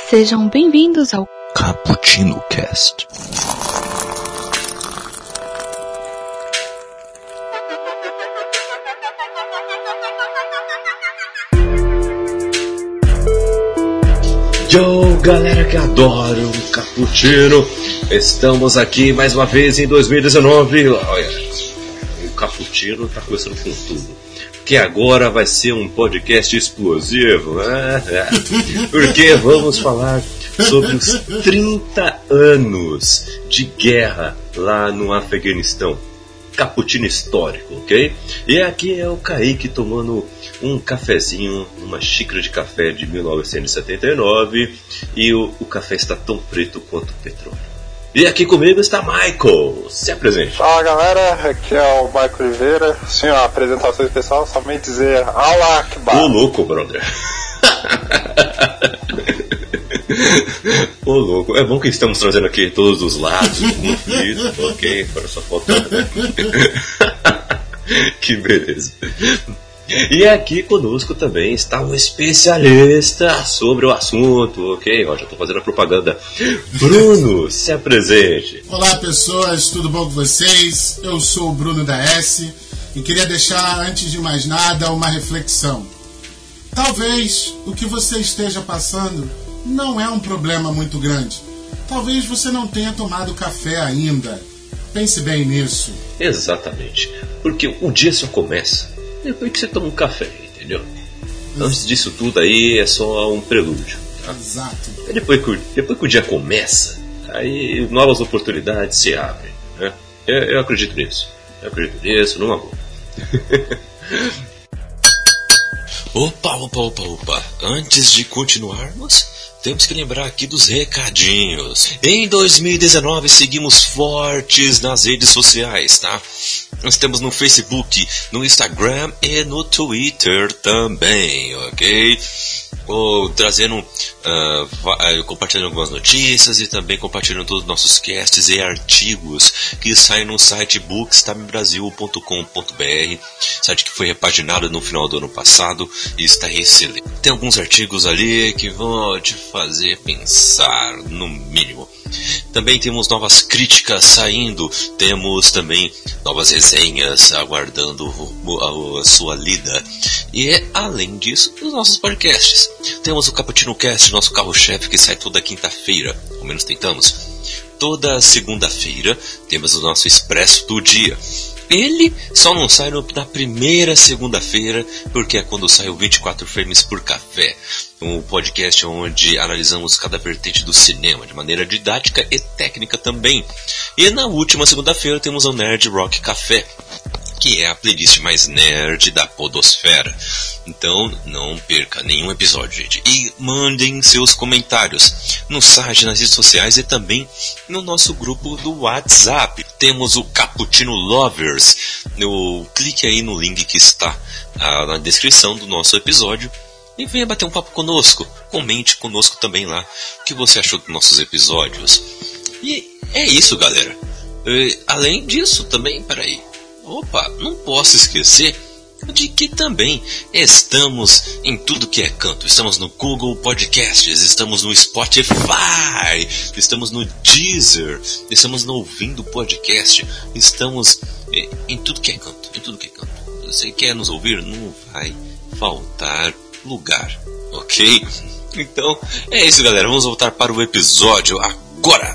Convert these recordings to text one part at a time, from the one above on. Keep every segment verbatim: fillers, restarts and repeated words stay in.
Sejam bem-vindos ao Cappuccino Cast. Yo, galera que adora um cappuccino, estamos aqui mais uma vez em dois mil e dezenove. Olha, o cappuccino tá começando com tudo, que agora vai ser um podcast explosivo, né? Porque vamos falar sobre os trinta anos de guerra lá no Afeganistão. Cappuccino histórico, ok? E aqui é o Kaique tomando um cafezinho, uma xícara de café de mil novecentos e setenta e nove, e o, o café está tão preto quanto o petróleo. E aqui comigo está Michael, se apresente. Fala galera, aqui é o Michael Oliveira. Sim, a apresentação especial, somente dizer Allah Akbar. Ô louco, brother. Ô louco, é bom que estamos trazendo aqui todos os lados do conflito, ok? Para só faltar. Que beleza. E aqui conosco também está um especialista sobre o assunto, ok? Ó, já estou fazendo a propaganda. Bruno, se apresente. Olá pessoas, tudo bom com vocês? Eu sou o Bruno da S e queria deixar, antes de mais nada, uma reflexão. Talvez o que você esteja passando não é um problema muito grande. Talvez você não tenha tomado café ainda. Pense bem nisso. Exatamente, porque o dia só começa depois que você toma um café, entendeu? Exato. Antes disso tudo aí é só um prelúdio, tá? Exato. E depois que, depois que o dia começa, aí novas oportunidades se abrem, né? Eu, eu acredito nisso. Eu acredito nisso, numa boa. Opa, opa, opa, opa. Antes de continuarmos, temos que lembrar aqui dos recadinhos. Em dois mil e dezenove seguimos fortes nas redes sociais, tá? Nós temos no Facebook, no Instagram e no Twitter também, ok? Ou trazendo, uh, compartilhando algumas notícias e também compartilhando todos os nossos casts e artigos que saem no site bookstime brasil ponto com ponto b r, site que foi repaginado no final do ano passado e está excelente. Tem alguns artigos ali que vão te fazer pensar, no mínimo. Também temos novas críticas saindo, temos também novas resenhas aguardando a sua lida. E além disso, os nossos podcasts. Temos o Cappuccino Cast, nosso carro-chefe, que sai toda quinta-feira, ao menos tentamos. Toda segunda-feira temos o nosso Expresso do Dia. Ele só não sai no, na primeira segunda-feira, porque é quando sai o vinte e quatro frames por café. Um podcast onde analisamos cada vertente do cinema, de maneira didática e técnica também. E na última segunda-feira temos o Nerd Rock Café, que é a playlist mais nerd da podosfera. Então não perca nenhum episódio, gente. E mandem seus comentários no site, nas redes sociais e também no nosso grupo do WhatsApp. Temos o Cappuccino Lovers. Eu, clique aí no link que está ah, na descrição do nosso episódio e venha bater um papo conosco. Comente conosco também lá o que você achou dos nossos episódios. E é isso, galera. E, além disso também, peraí. Opa, não posso esquecer de que também estamos em tudo que é canto. Estamos no Google Podcasts, estamos no Spotify, estamos no Deezer, estamos no Ouvindo Podcast, estamos em tudo que é canto, em tudo que é canto. Você quer nos ouvir? Não vai faltar lugar, ok? Então, é isso, galera. Vamos voltar para o episódio agora!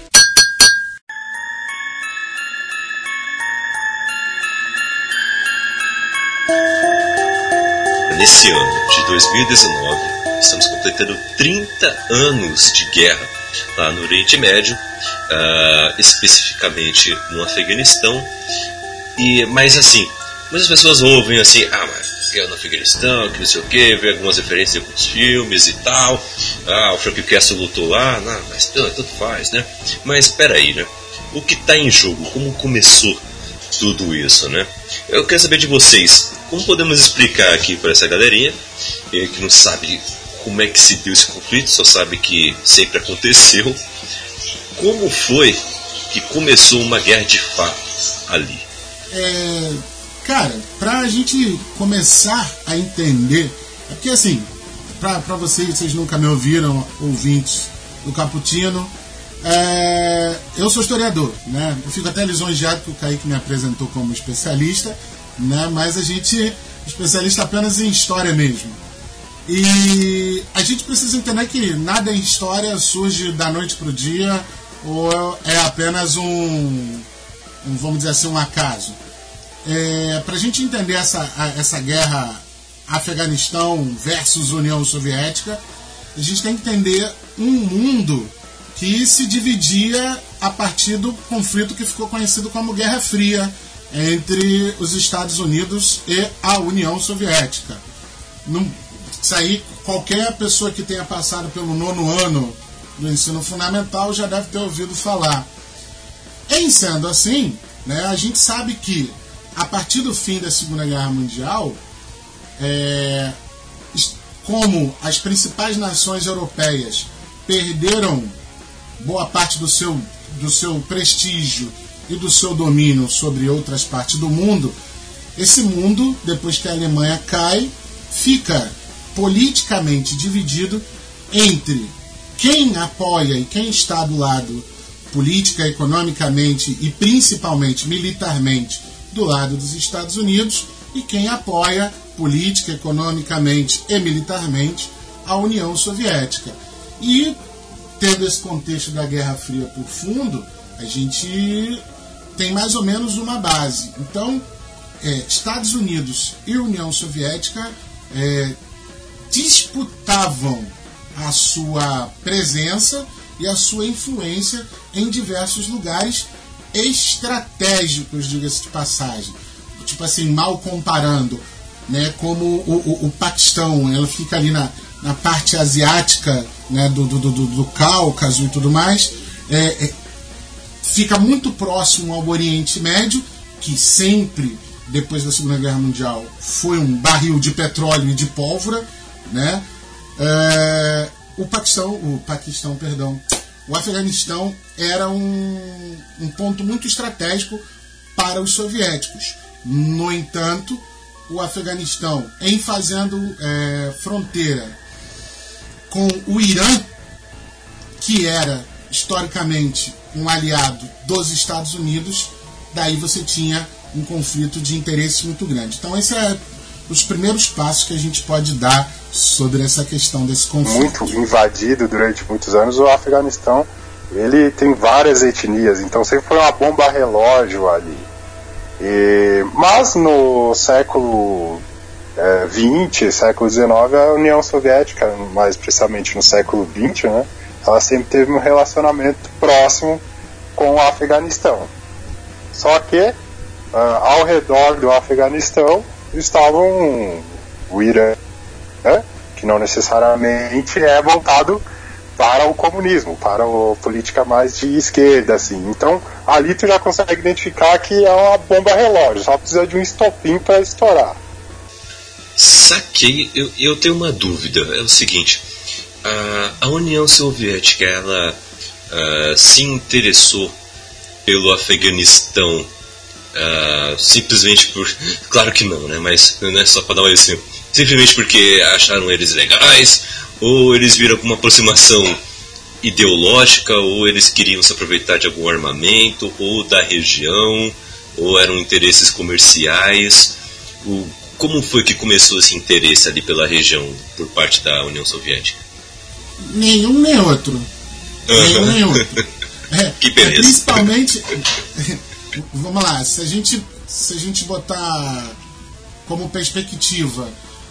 Nesse ano de dois mil e dezenove, estamos completando trinta anos de guerra lá no Oriente Médio, uh, especificamente no Afeganistão. E, mas assim, muitas pessoas ouvem assim, ah, mas guerra no Afeganistão, que não sei o que, vê algumas referências em alguns filmes e tal. Ah, o Frank Castle lutou lá, não, mas tanto faz, né? Mas espera aí, né? O que está em jogo? Como começou tudo isso, né? Eu quero saber de vocês, como podemos explicar aqui para essa galerinha que não sabe como é que se deu esse conflito, só sabe que sempre aconteceu, como foi que começou uma guerra de fato ali? É, cara, pra gente começar a entender, porque assim, para vocês, vocês nunca me ouviram, ouvintes do Cappuccino, é, eu sou historiador, né? Eu fico até lisonjeado que o Kaique me apresentou como especialista, né? Mas a gente é especialista apenas em história mesmo. E a gente precisa entender que nada em história surge da noite para o dia ou é apenas um, um, vamos dizer assim, um acaso. É, para a gente entender essa, essa guerra Afeganistão versus União Soviética, a gente tem que entender um mundo que se dividia a partir do conflito que ficou conhecido como Guerra Fria entre os Estados Unidos e a União Soviética. Não, isso aí, qualquer pessoa que tenha passado pelo nono ano do ensino fundamental já deve ter ouvido falar. Em sendo assim, né, a gente sabe que a partir do fim da Segunda Guerra Mundial, é, como as principais nações europeias perderam boa parte do seu, do seu prestígio e do seu domínio sobre outras partes do mundo, esse mundo, depois que a Alemanha cai, fica politicamente dividido entre quem apoia e quem está do lado política, economicamente e principalmente militarmente do lado dos Estados Unidos e quem apoia política, economicamente e militarmente a União Soviética. E, tendo esse contexto da Guerra Fria por fundo, a gente tem mais ou menos uma base. Então, é, Estados Unidos e União Soviética é, disputavam a sua presença e a sua influência em diversos lugares estratégicos, diga-se de passagem. Tipo assim, mal comparando, né, como o, o, o Paquistão, ela fica ali na, na parte asiática, né, do, do, do, do Cáucaso e tudo mais, é, é, fica muito próximo ao Oriente Médio, que sempre, depois da Segunda Guerra Mundial, foi um barril de petróleo e de pólvora, né? É, o Paquistão, o Paquistão, perdão, o Afeganistão era um, um ponto muito estratégico para os soviéticos. No entanto, o Afeganistão, em fazendo é, fronteira com o Irã, que era historicamente um aliado dos Estados Unidos, daí você tinha um conflito de interesse muito grande. Então, esses são os primeiros passos que a gente pode dar sobre essa questão desse conflito. Muito invadido durante muitos anos, o Afeganistão ele tem várias etnias, então sempre foi uma bomba relógio ali. E, mas no século é, vinte, século dezenove, a União Soviética, mais precisamente no século vinte, né, ela sempre teve um relacionamento próximo com o Afeganistão. Só que uh, ao redor do Afeganistão estavam o Irã, né, que não necessariamente é voltado para o comunismo, para a política mais de esquerda, assim. Então, ali tu já consegue identificar que é uma bomba relógio, só precisa de um estopim para estourar. Saquei, eu, eu tenho uma dúvida, é o seguinte, a, a União Soviética, ela uh, se interessou pelo Afeganistão uh, simplesmente por... Claro que não, né, mas não é só para dar um exemplo. Simplesmente porque acharam eles legais, ou eles viram alguma aproximação ideológica, ou eles queriam se aproveitar de algum armamento, ou da região, ou eram interesses comerciais. O, como foi que começou esse interesse ali pela região por parte da União Soviética? Nenhum nem outro. Nenhum nem outro. É, que beleza. É, principalmente, vamos lá, se a gente, se a gente botar como perspectiva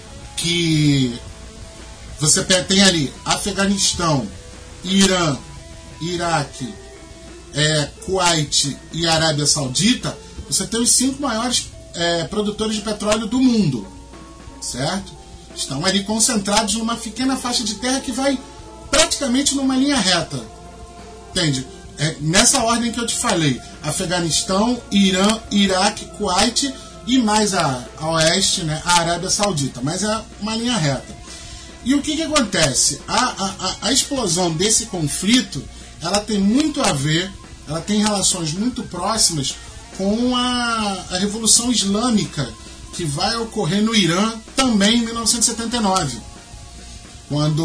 que você tem ali Afeganistão, Irã, Iraque, é, Kuwait e Arábia Saudita, você tem os cinco maiores é, produtores de petróleo do mundo, certo? Estão ali concentrados numa pequena faixa de terra que vai praticamente numa linha reta, entende? É, nessa ordem que eu te falei, Afeganistão, Irã, Iraque, Kuwait e mais a, a oeste, né, a Arábia Saudita, mas é uma linha reta. E o que, que acontece? A, a, a explosão desse conflito, ela tem muito a ver, ela tem relações muito próximas com a, a Revolução Islâmica que vai ocorrer no Irã também em mil novecentos e setenta e nove. quando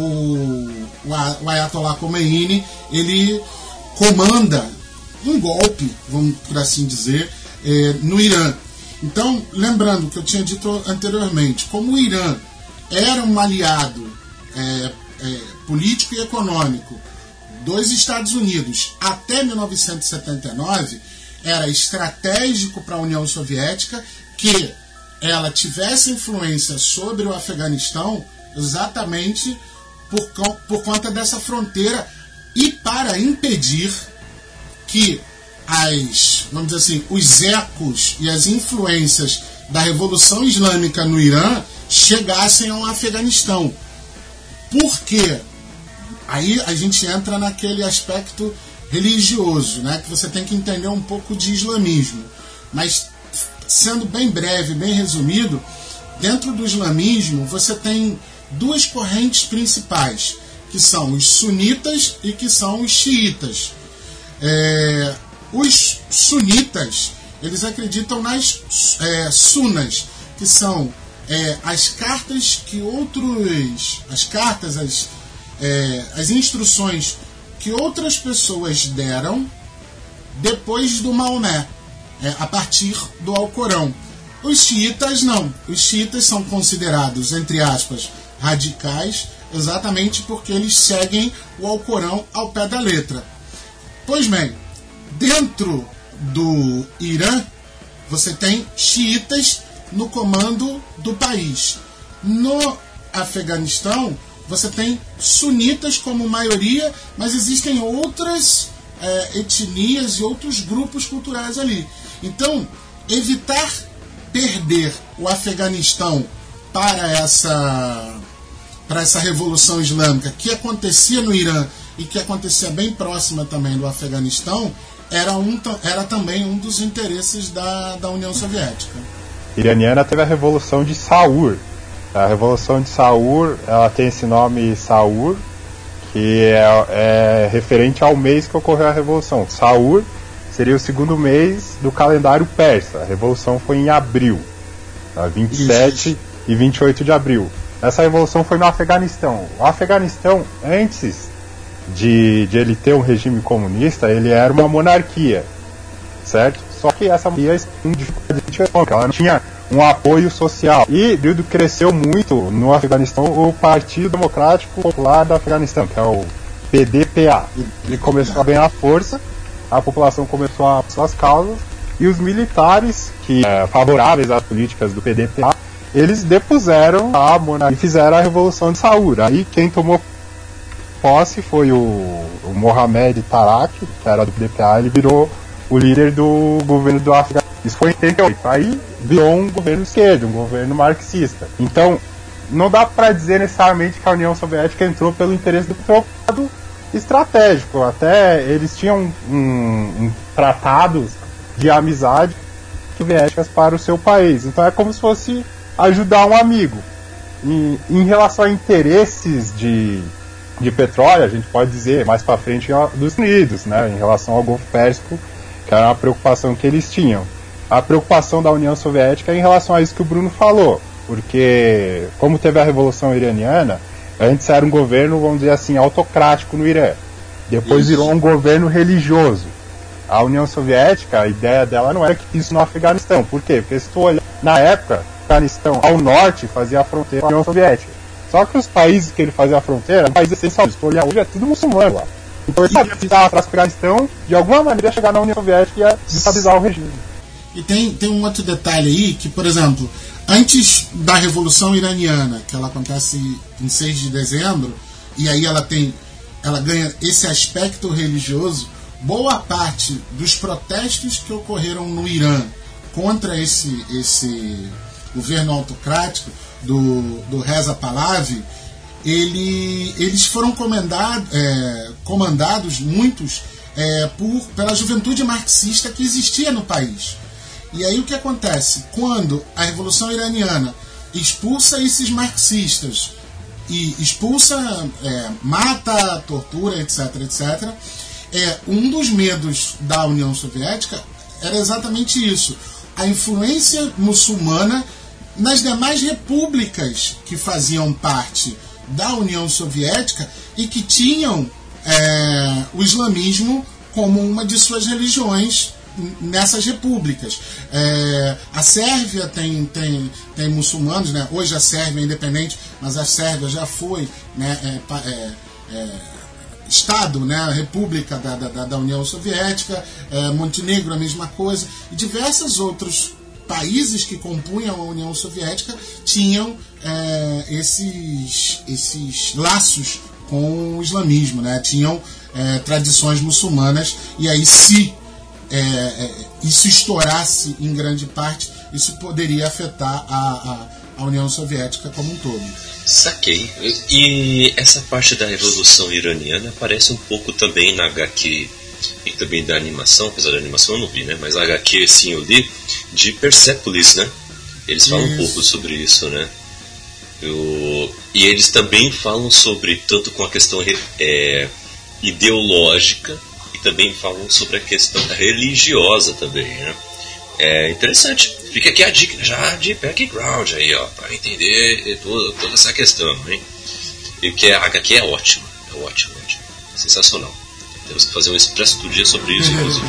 o, o Ayatollah Khomeini ele comanda um golpe, vamos por assim dizer, é, no Irã. Então, lembrando que eu tinha dito anteriormente, como o Irã era um aliado é, é, político e econômico dos Estados Unidos até mil novecentos e setenta e nove, era estratégico para a União Soviética que ela tivesse influência sobre o Afeganistão exatamente por, por conta dessa fronteira e para impedir que as, vamos dizer assim, os ecos e as influências da Revolução Islâmica no Irã chegassem ao Afeganistão. Por quê? Aí a gente entra naquele aspecto religioso, né, que você tem que entender um pouco de islamismo. Mas, sendo bem breve, bem resumido, dentro do islamismo você tem duas correntes principais, que são os sunitas e que são os xiitas. É, os sunitas, eles acreditam nas é, sunas, que são é, as cartas que outros, as cartas, as, é, as instruções que outras pessoas deram depois do Maomé, é, a partir do Alcorão. Os xiitas não. Os xiitas são considerados, entre aspas, radicais, exatamente porque eles seguem o Alcorão ao pé da letra. Pois bem, dentro do Irã, você tem xiitas no comando do país. No Afeganistão, você tem sunitas como maioria, mas existem outras é, etnias e outros grupos culturais ali. Então, evitar perder o Afeganistão para essa, para essa revolução islâmica que acontecia no Irã e que acontecia bem próxima também do Afeganistão, era, um, era também um dos interesses da, da União Soviética. A iraniana teve a Revolução de Saur. A Revolução de Saur, ela tem esse nome Saur, que é, é referente ao mês que ocorreu a Revolução. Saur seria o segundo mês do calendário persa. A Revolução foi em abril, tá? vinte e sete Isso. e vinte e oito de abril. Essa Revolução foi no Afeganistão. O Afeganistão, antes de, de ele ter um regime comunista, ele era uma monarquia, certo? Só que essa monarquia ela não tinha um apoio social. E o período cresceu muito no Afeganistão o Partido Democrático Popular do Afeganistão, que é o P D P A. Ele começou a ganhar força, a população começou a suas causas, e os militares, que é, favoráveis às políticas do P D P A, eles depuseram a monarquia e fizeram a Revolução de Saur. Aí quem tomou posse foi o, o Mohamed Tarak, que era do P D P A, ele virou o líder do governo do Afeganistão. Isso foi em oitenta e oito. Aí virou um governo esquerdo, um governo marxista. Então, não dá para dizer necessariamente que a União Soviética entrou pelo interesse do lado estratégico. Até eles tinham um, um, tratados de amizade soviéticas para o seu país. Então é como se fosse ajudar um amigo. E, em relação a interesses de, de petróleo, a gente pode dizer mais para frente dos Estados Unidos, né, em relação ao Golfo Pérsico, que era uma preocupação que eles tinham. A preocupação da União Soviética é em relação a isso que o Bruno falou, porque como teve a Revolução Iraniana, antes era um governo, vamos dizer assim, autocrático no Irã, depois isso. virou um governo religioso. A União Soviética, a ideia dela não era que isso no Afeganistão. Por quê? Porque se tu olhar, na época, o Afeganistão ao norte fazia a fronteira com a União Soviética. Só que os países que ele fazia a fronteira eram países essenciais. Se tu olhar hoje, é tudo muçulmano lá. Então ele sabia que para o Afeganistão, de alguma maneira, ia chegar na União Soviética e ia destabilizar o regime. E tem, tem um outro detalhe aí, que, por exemplo, antes da Revolução Iraniana, que ela acontece em seis de dezembro, e aí ela tem, ela ganha esse aspecto religioso, boa parte dos protestos que ocorreram no Irã contra esse, esse governo autocrático do, do Reza Pahlavi, ele, eles foram comandado, é, comandados, muitos, é, por, pela juventude marxista que existia no país. E aí o que acontece? Quando a Revolução Iraniana expulsa esses marxistas e expulsa, é, mata, tortura, etc, etc, é, um dos medos da União Soviética era exatamente isso, a influência muçulmana nas demais repúblicas que faziam parte da União Soviética e que tinham é, o islamismo como uma de suas religiões nessas repúblicas. É, a Sérvia tem, tem, tem muçulmanos, né? Hoje a Sérvia é independente, mas a Sérvia já foi, né, é, é, é, Estado, né, república da, da, da União Soviética, é, Montenegro a mesma coisa, e diversos outros países que compunham a União Soviética tinham é, esses, esses laços com o islamismo, né? Tinham é, tradições muçulmanas, e aí se é, é, isso estourasse em grande parte, isso poderia afetar a, a, a União Soviética como um todo. Saquei. E essa parte da Revolução Iraniana aparece um pouco também na agá quê e também da animação, apesar da animação eu não vi, né? Mas a agá quê sim eu li, de Persepolis, né? Eles falam isso. um pouco sobre isso, né? Eu... E eles também falam sobre, tanto com a questão é, ideológica, e também falam sobre a questão religiosa também, né? É interessante. Fica aqui a dica já de background aí, ó, para entender toda, toda essa questão, hein? E que a agá quê é ótima, é ótimo, ótimo, sensacional. Temos que fazer um expresso do dia sobre isso, inclusive.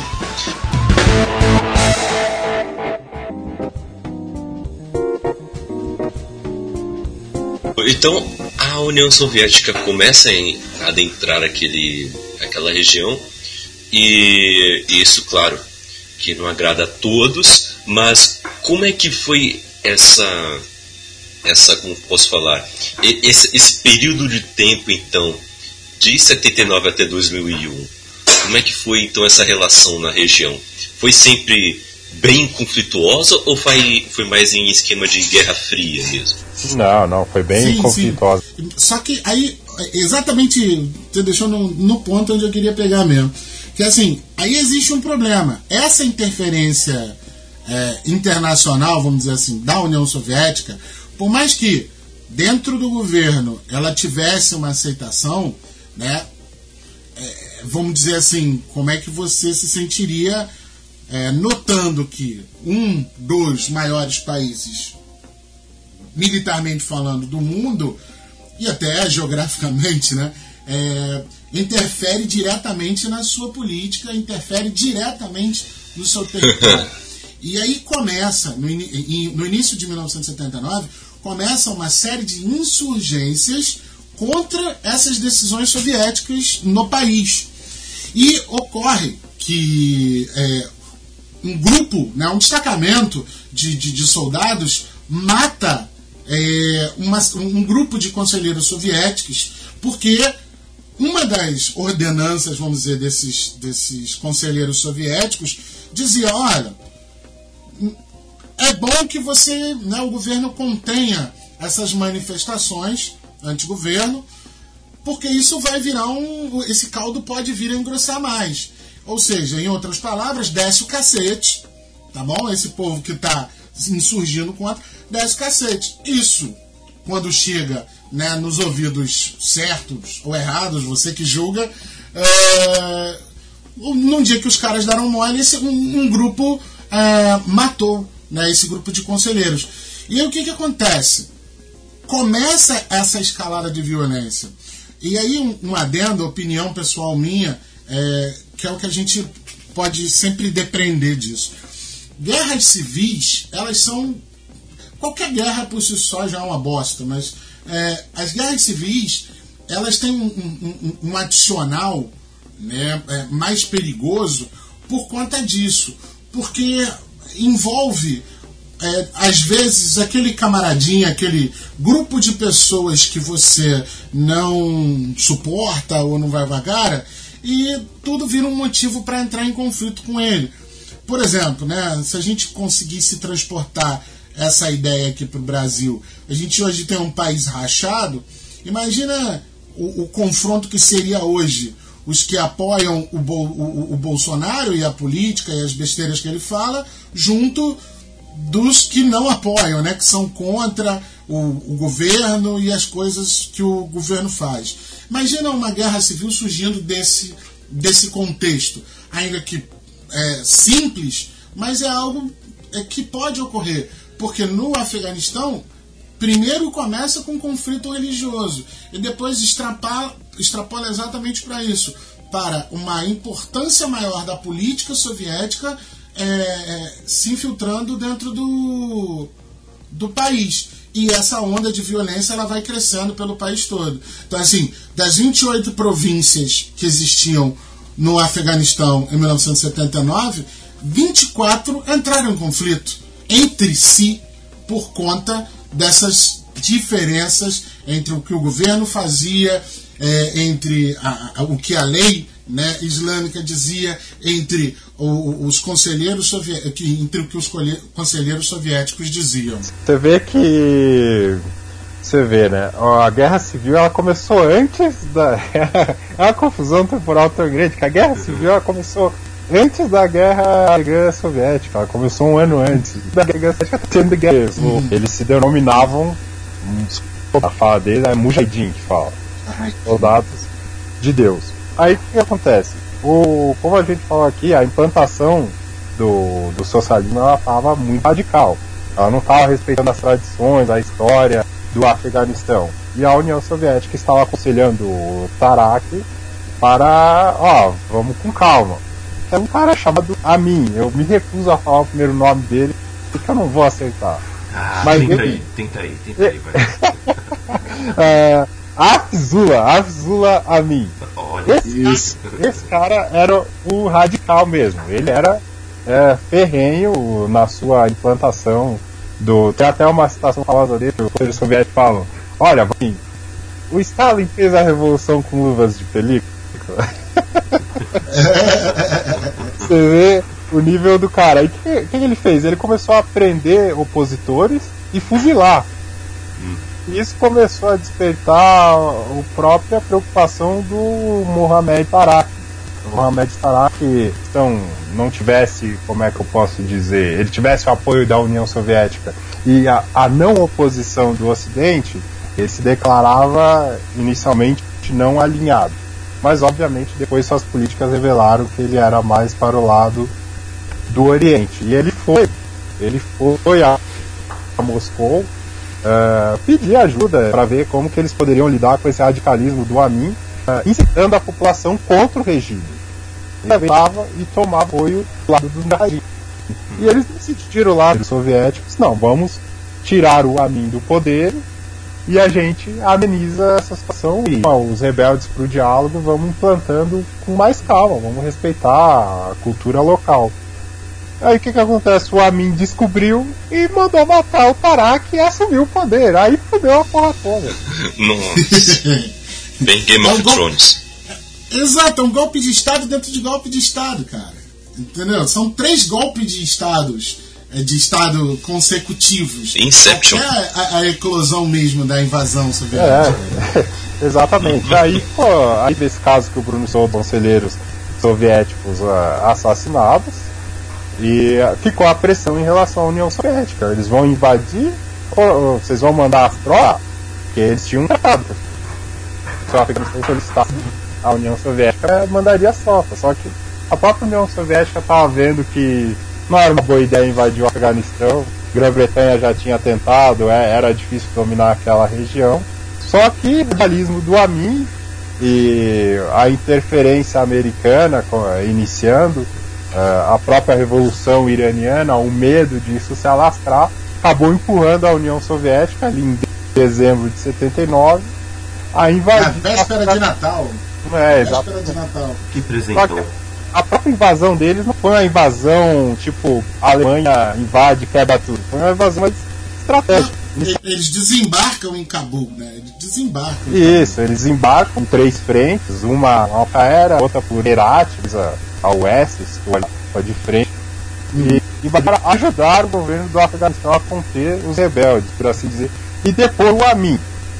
Então, a União Soviética começa a adentrar aquele, aquela região, e isso, claro, que não agrada a todos, mas como é que foi essa, essa como posso falar, esse, esse período de tempo, então, de setenta e nove até dois mil e um, como é que foi, então, essa relação na região? Foi sempre bem conflituosa ou foi, foi mais em esquema de Guerra Fria mesmo? Não, não, foi bem sim, conflituosa. Sim. Só que aí, exatamente, você deixou no, no ponto onde eu queria pegar mesmo. Que assim, aí existe um problema. Essa interferência é, internacional, vamos dizer assim, da União Soviética, por mais que dentro do governo ela tivesse uma aceitação, né, é, vamos dizer assim, como é que você se sentiria é, notando que um dos maiores países, militarmente falando, do mundo, e até geograficamente, né, é, interfere diretamente na sua política, interfere diretamente no seu território. E aí começa, no, in, no início de mil novecentos e setenta e nove, começa uma série de insurgências contra essas decisões soviéticas no país. E ocorre que é, um grupo, né, um destacamento de, de, de soldados mata é, uma, um grupo de conselheiros soviéticos, porque uma das ordenanças, vamos dizer, desses, desses conselheiros soviéticos dizia, olha, é bom que você, né, o governo contenha essas manifestações anti-governo, porque isso vai virar um... esse caldo pode vir a engrossar mais. Ou seja, em outras palavras, desce o cacete, tá bom? Esse povo que está insurgindo contra, desce o cacete. Isso, quando chega, né, nos ouvidos certos ou errados, você que julga, é, num dia que os caras deram mole, esse, um, um grupo é, matou, né, esse grupo de conselheiros. E aí o que, que acontece? Começa essa escalada de violência. E aí um, um adendo, opinião pessoal minha, é, que é o que a gente pode sempre depreender disso. Guerras civis, elas são... Qualquer guerra por si só já é uma bosta, mas é, as guerras civis, elas têm um, um, um adicional, né, é, mais perigoso por conta disso. Porque envolve, é, às vezes, aquele camaradinha, aquele grupo de pessoas que você não suporta ou não vai vagar, e tudo vira um motivo para entrar em conflito com ele. Por exemplo, né, se a gente conseguisse transportar essa ideia aqui para o Brasil, a gente hoje tem um país rachado, imagina o, o confronto que seria hoje os que apoiam o, o, o Bolsonaro e a política e as besteiras que ele fala, junto dos que não apoiam, né, que são contra o, o governo e as coisas que o governo faz. Imagina uma guerra civil surgindo desse, desse contexto, ainda que é, simples, mas é algo é, que pode ocorrer. Porque no Afeganistão, primeiro começa com um conflito religioso e depois extrapola, extrapola exatamente para isso, para uma importância maior da política soviética é, se infiltrando dentro do, do país. E essa onda de violência ela vai crescendo pelo país todo. Então, assim, das vinte e oito províncias que existiam no Afeganistão em mil novecentos e setenta e nove, vinte e quatro entraram em conflito entre si por conta dessas diferenças entre o que o governo fazia, é, entre a, a, o que a lei, né, islâmica dizia, entre o, os conselheiros soviéticos, entre o que os conselheiros soviéticos diziam. Você vê que você vê, né? A guerra civil ela começou antes da é uma confusão temporal tão grande que a guerra civil ela começou antes da guerra soviética, ela começou um ano antes da guerra soviética. Eles se denominavam, a fala deles é mujahidin que fala, soldados de Deus. Aí o que acontece? O, como a gente falou aqui, a implantação do, do socialismo ela estava muito radical. Ela não estava respeitando as tradições, a história do Afeganistão. E a União Soviética estava aconselhando o Tarak para, ó, vamos com calma. É um cara chamado Amin. Eu me recuso a falar o primeiro nome dele, porque eu não vou aceitar. Ah, Mas tenta ele... aí, tenta aí, tenta aí, vai. é, Afzula, Afzula Amin. Olha esse, isso. Esse cara era o radical mesmo. Ele era é, ferrenho na sua implantação do. Tem até uma citação famosa dele, que os soviéticos falam: olha, assim, o Stalin fez a revolução com luvas de película. Você vê o nível do cara. E o que, que ele fez? Ele começou a prender opositores e fuzilar. Hum. E isso começou a despertar a própria preocupação do Mohammad Tarak. O Mohammad Tarak, então, não tivesse, como é que eu posso dizer, ele tivesse o apoio da União Soviética e a, a não oposição do Ocidente, ele se declarava inicialmente não alinhado. Mas, obviamente, depois suas políticas revelaram que ele era mais para o lado do Oriente. E ele foi, ele foi a Moscou uh, pedir ajuda para ver como que eles poderiam lidar com esse radicalismo do Amin, uh, incitando a população contra o regime. Ele estava e tomava apoio do lado dos nazis. E eles decidiram lá, os soviéticos, não, vamos tirar o Amin do poder e a gente ameniza essa situação e ó, os rebeldes para o diálogo vamos implantando com mais calma, vamos respeitar a cultura local. Aí o que que acontece? O Amin descobriu e mandou matar o Tarak e assumiu o poder. Aí fudeu a porra toda. Nossa. Bem Game of Thrones. Exato, é um golpe de Estado dentro de golpe de Estado, cara. Entendeu? São três golpes de Estados, de Estado consecutivos. Inception. É a, a eclosão mesmo da invasão soviética. É, exatamente. Aí, pô, aí nesse caso que o Bruno sou conselheiros soviéticos uh, assassinados. E ficou a pressão em relação à União Soviética. Eles vão invadir ou, ou vocês vão mandar as tropas? Porque eles tinham um tratado. Se o Afeganistão solicitasse a União Soviética, mandaria as tropas. Só que a própria União Soviética estava vendo que não era uma boa ideia invadir o Afeganistão. Grã-Bretanha já tinha tentado, é, era difícil dominar aquela região. Só que o radicalismo do Amin e a interferência americana iniciando, a própria revolução iraniana, o medo disso se alastrar, acabou empurrando a União Soviética ali em dezembro de setenta e nove a invadir. Na véspera de Natal. É, véspera de Natal. Que presentou. A própria invasão deles não foi uma invasão tipo a Alemanha invade, quebra tudo. Foi uma invasão mais estratégica. Eles desembarcam em Cabul, né? Eles desembarcam. Isso, eles desembarcam em três frentes, uma ao Caera, outra por Herat, a oeste, a de frente, hum. e, e para ajudar o governo do Afeganistão a conter os rebeldes, por assim dizer, e depor o Amin.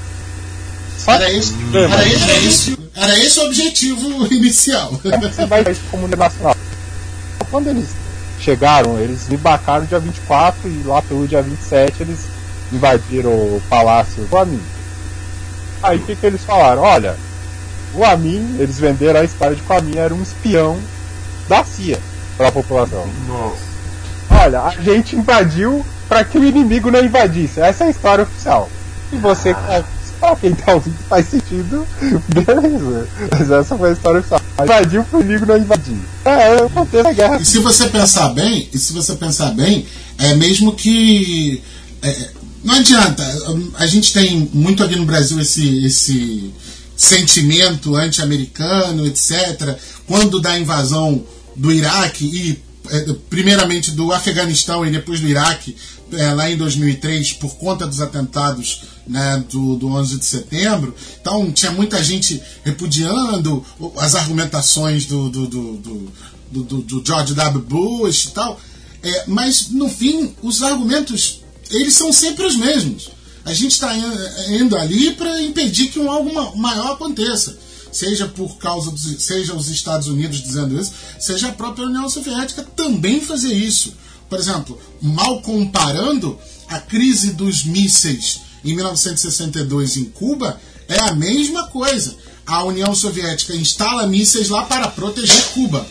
Era esse, era, esse, era, esse, era esse o objetivo inicial. Você vai ver isso como internacional. Quando eles chegaram, eles embarcaram dia vinte e quatro e lá pelo dia vinte e sete eles invadiram o palácio do Amin. Aí o que, que eles falaram? Olha, o Amin, eles venderam a história de que o Amin era um espião da C I A para a população. Nossa. Olha, a gente invadiu para que o inimigo não invadisse. Essa é a história oficial. E você, pra quem tá ouvindo, faz sentido, beleza. Mas essa foi a história oficial. Invadiu pro inimigo não invadir. É, acontece a guerra. E se você pensar bem, e se você pensar bem, é mesmo que. É, não adianta. A gente tem muito aqui no Brasil esse, esse sentimento anti-americano, etcétera. Quando da invasão do Iraque e primeiramente do Afeganistão e depois do Iraque, é, lá em dois mil e três, por conta dos atentados, né, do, do onze de setembro. Então tinha muita gente repudiando as argumentações do, do, do, do, do, do George W. Bush e tal, é, mas no fim os argumentos eles são sempre os mesmos. A gente está indo ali para impedir que um algo maior aconteça. Seja por causa dos, seja os Estados Unidos dizendo isso, seja a própria União Soviética também fazer isso. Por exemplo, mal comparando, a crise dos mísseis em mil novecentos e sessenta e dois em Cuba é a mesma coisa. A União Soviética instala mísseis lá para proteger Cuba.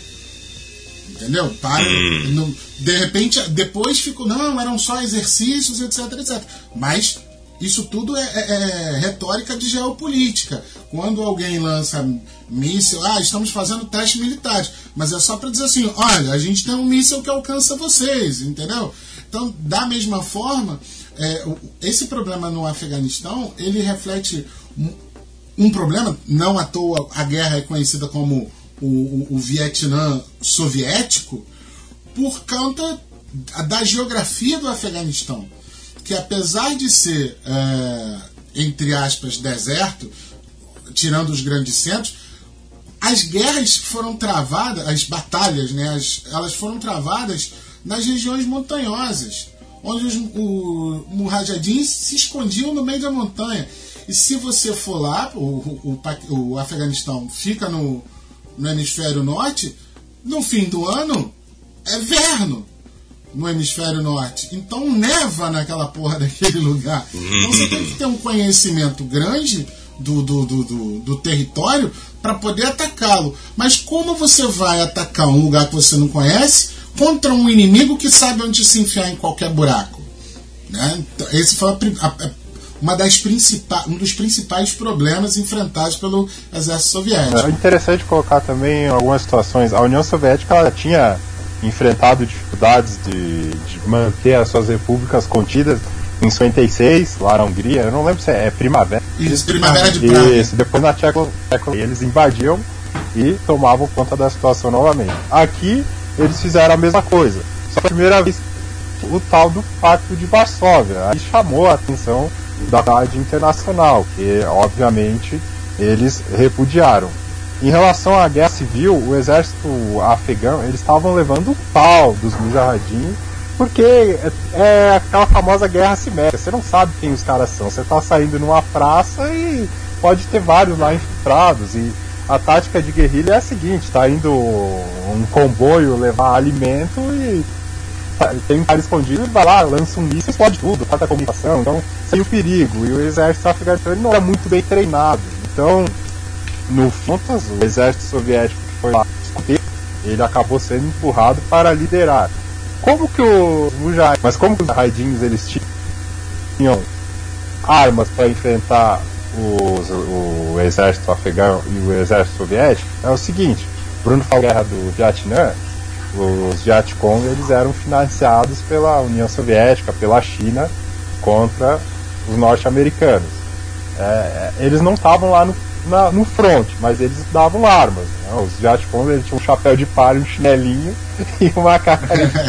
Entendeu? Para, não, de repente, depois ficou, não, eram só exercícios, etc, etcétera. Mas isso tudo é, é, é retórica de geopolítica. Quando alguém lança míssil, ah, estamos fazendo testes militares, mas é só para dizer assim, olha, a gente tem um míssil que alcança vocês, entendeu? Então, da mesma forma, é, esse problema no Afeganistão, ele reflete um, um problema, não à toa a guerra é conhecida como o, o, o Vietnã soviético, por conta da geografia do Afeganistão, que apesar de ser, é, entre aspas, deserto, tirando os grandes centros, as guerras foram travadas, as batalhas, né, as, elas foram travadas nas regiões montanhosas, onde os o, mujahidins se escondiam no meio da montanha. E se você for lá, o, o, o, o Afeganistão fica no, no hemisfério norte, no fim do ano é verno no hemisfério norte. Então neva naquela porra daquele lugar. Então você tem que ter um conhecimento grande do, do, do, do, do território para poder atacá-lo. Mas como você vai atacar um lugar que você não conhece contra um inimigo que sabe onde se enfiar em qualquer buraco? Né? Então, esse foi a, a, uma das principais, um dos principais problemas enfrentados pelo exército soviético. É interessante colocar também algumas situações. A União Soviética ela tinha enfrentado dificuldades de, de manter as suas repúblicas contidas em cinquenta e seis, lá na Hungria, eu não lembro se é, é primavera. Isso, primavera de Praga. Isso, depois na Tcheco, eles invadiam e tomavam conta da situação novamente. Aqui, eles fizeram a mesma coisa. Só que a primeira vez, o tal do Pacto de Varsóvia. Aí chamou a atenção da comunidade internacional, que, obviamente, eles repudiaram. Em relação à guerra civil, o exército afegão, eles estavam levando o pau dos mujahidins, porque é, é aquela famosa guerra assimétrica. Você não sabe quem os caras são. Você está saindo numa praça e pode ter vários lá infiltrados. E a tática de guerrilha é a seguinte: está indo um comboio levar alimento e tem um cara escondido, ele vai lá, lança um míssil, explode tudo, corta a comunicação. Então, sem o perigo. E o exército afegão não era muito bem treinado. Então, no Fontas, o exército soviético que foi lá, ele acabou sendo empurrado para liderar. Como que os mujahidins, mas como que os mujahidins eles tinham armas para enfrentar os, o exército afegão e o exército soviético? É o seguinte: Bruno falou da guerra do Vietnã, os Vietcong eles eram financiados pela União Soviética, pela China, contra os norte-americanos. É, eles não estavam lá no Na, no front, mas eles davam armas, né? Os Vietcong eles tinham um chapéu de palha, um chinelinho e uma cara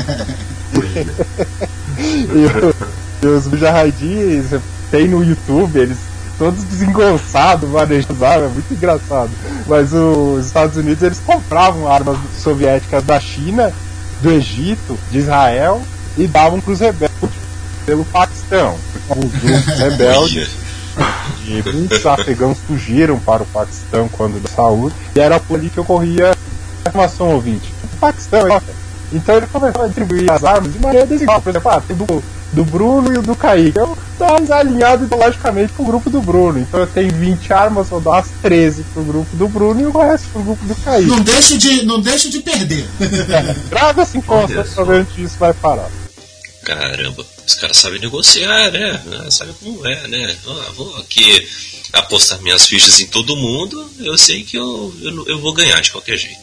e, o, e os mujahidins tem no YouTube, eles todos desengonçados, manejando armas, é muito engraçado. Mas os Estados Unidos eles compravam armas soviéticas da China, do Egito, de Israel e davam para os rebeldes pelo Paquistão. Os grupos rebeldes e muitos afegãos fugiram para o Paquistão quando da saúde, e era por ali que ocorria a informação ouvinte. O Paquistão, então ele começou a distribuir as armas de maneira desigual. Por exemplo, ah, tem do, do Bruno e o do Kaique. Eu estou alinhado ideologicamente para o grupo do Bruno. Então eu tenho vinte armas, vou dar as treze para o grupo do Bruno e o resto para o grupo do Kaique. Não deixe de, não deixe de perder. É, grave assim, conta, para ver onde isso vai parar. Caramba, os caras sabem negociar, né? Sabe como é, né? Ah, vou aqui apostar minhas fichas em todo mundo, eu sei que eu, eu, eu vou ganhar de qualquer jeito.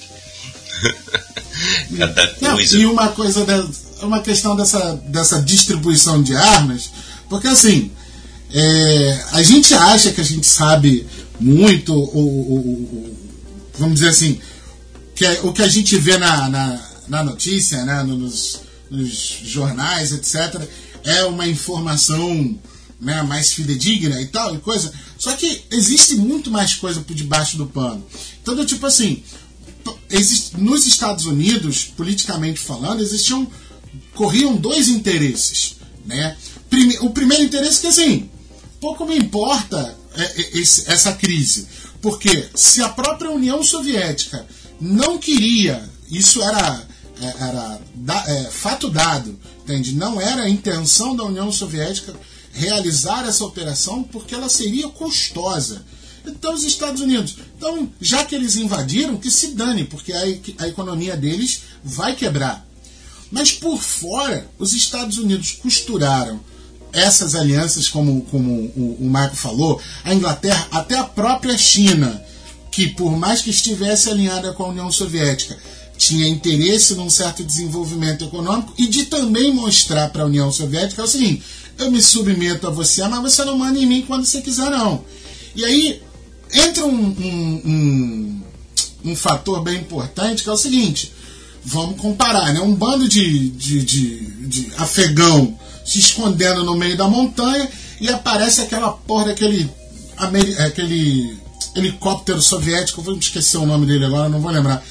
Cada coisa. Não, e uma coisa, da, uma questão dessa, dessa distribuição de armas, porque assim, é, a gente acha que a gente sabe muito, ou, ou, ou, vamos dizer assim, que é, o que a gente vê na, na, na notícia, né, nos, nos jornais, etcétera, é uma informação, né, mais fidedigna e tal, e coisa. Só que existe muito mais coisa por debaixo do pano. Então, do tipo assim, existe, nos Estados Unidos, politicamente falando, existiam, corriam dois interesses, né? Prime, o primeiro interesse é que, assim, pouco me importa é, é, esse, essa crise, porque se a própria União Soviética não queria, isso era, era da, é, fato dado, entende? Não era a intenção da União Soviética realizar essa operação, porque ela seria custosa. Então os Estados Unidos, então, já que eles invadiram, que se dane, porque a, a economia deles vai quebrar. Mas por fora, os Estados Unidos costuraram essas alianças, como, como o, o Marco falou, a Inglaterra, até a própria China, que por mais que estivesse alinhada com a União Soviética, tinha interesse num certo desenvolvimento econômico e de também mostrar para a União Soviética é o seguinte: eu me submeto a você, mas você não manda em mim quando você quiser, não. E aí entra um, um, um, um fator bem importante, que é o seguinte: vamos comparar, né? Um bando de, de, de, de afegão se escondendo no meio da montanha e aparece aquela porra daquele aquele helicóptero soviético, vou esquecer o nome dele agora, não vou lembrar,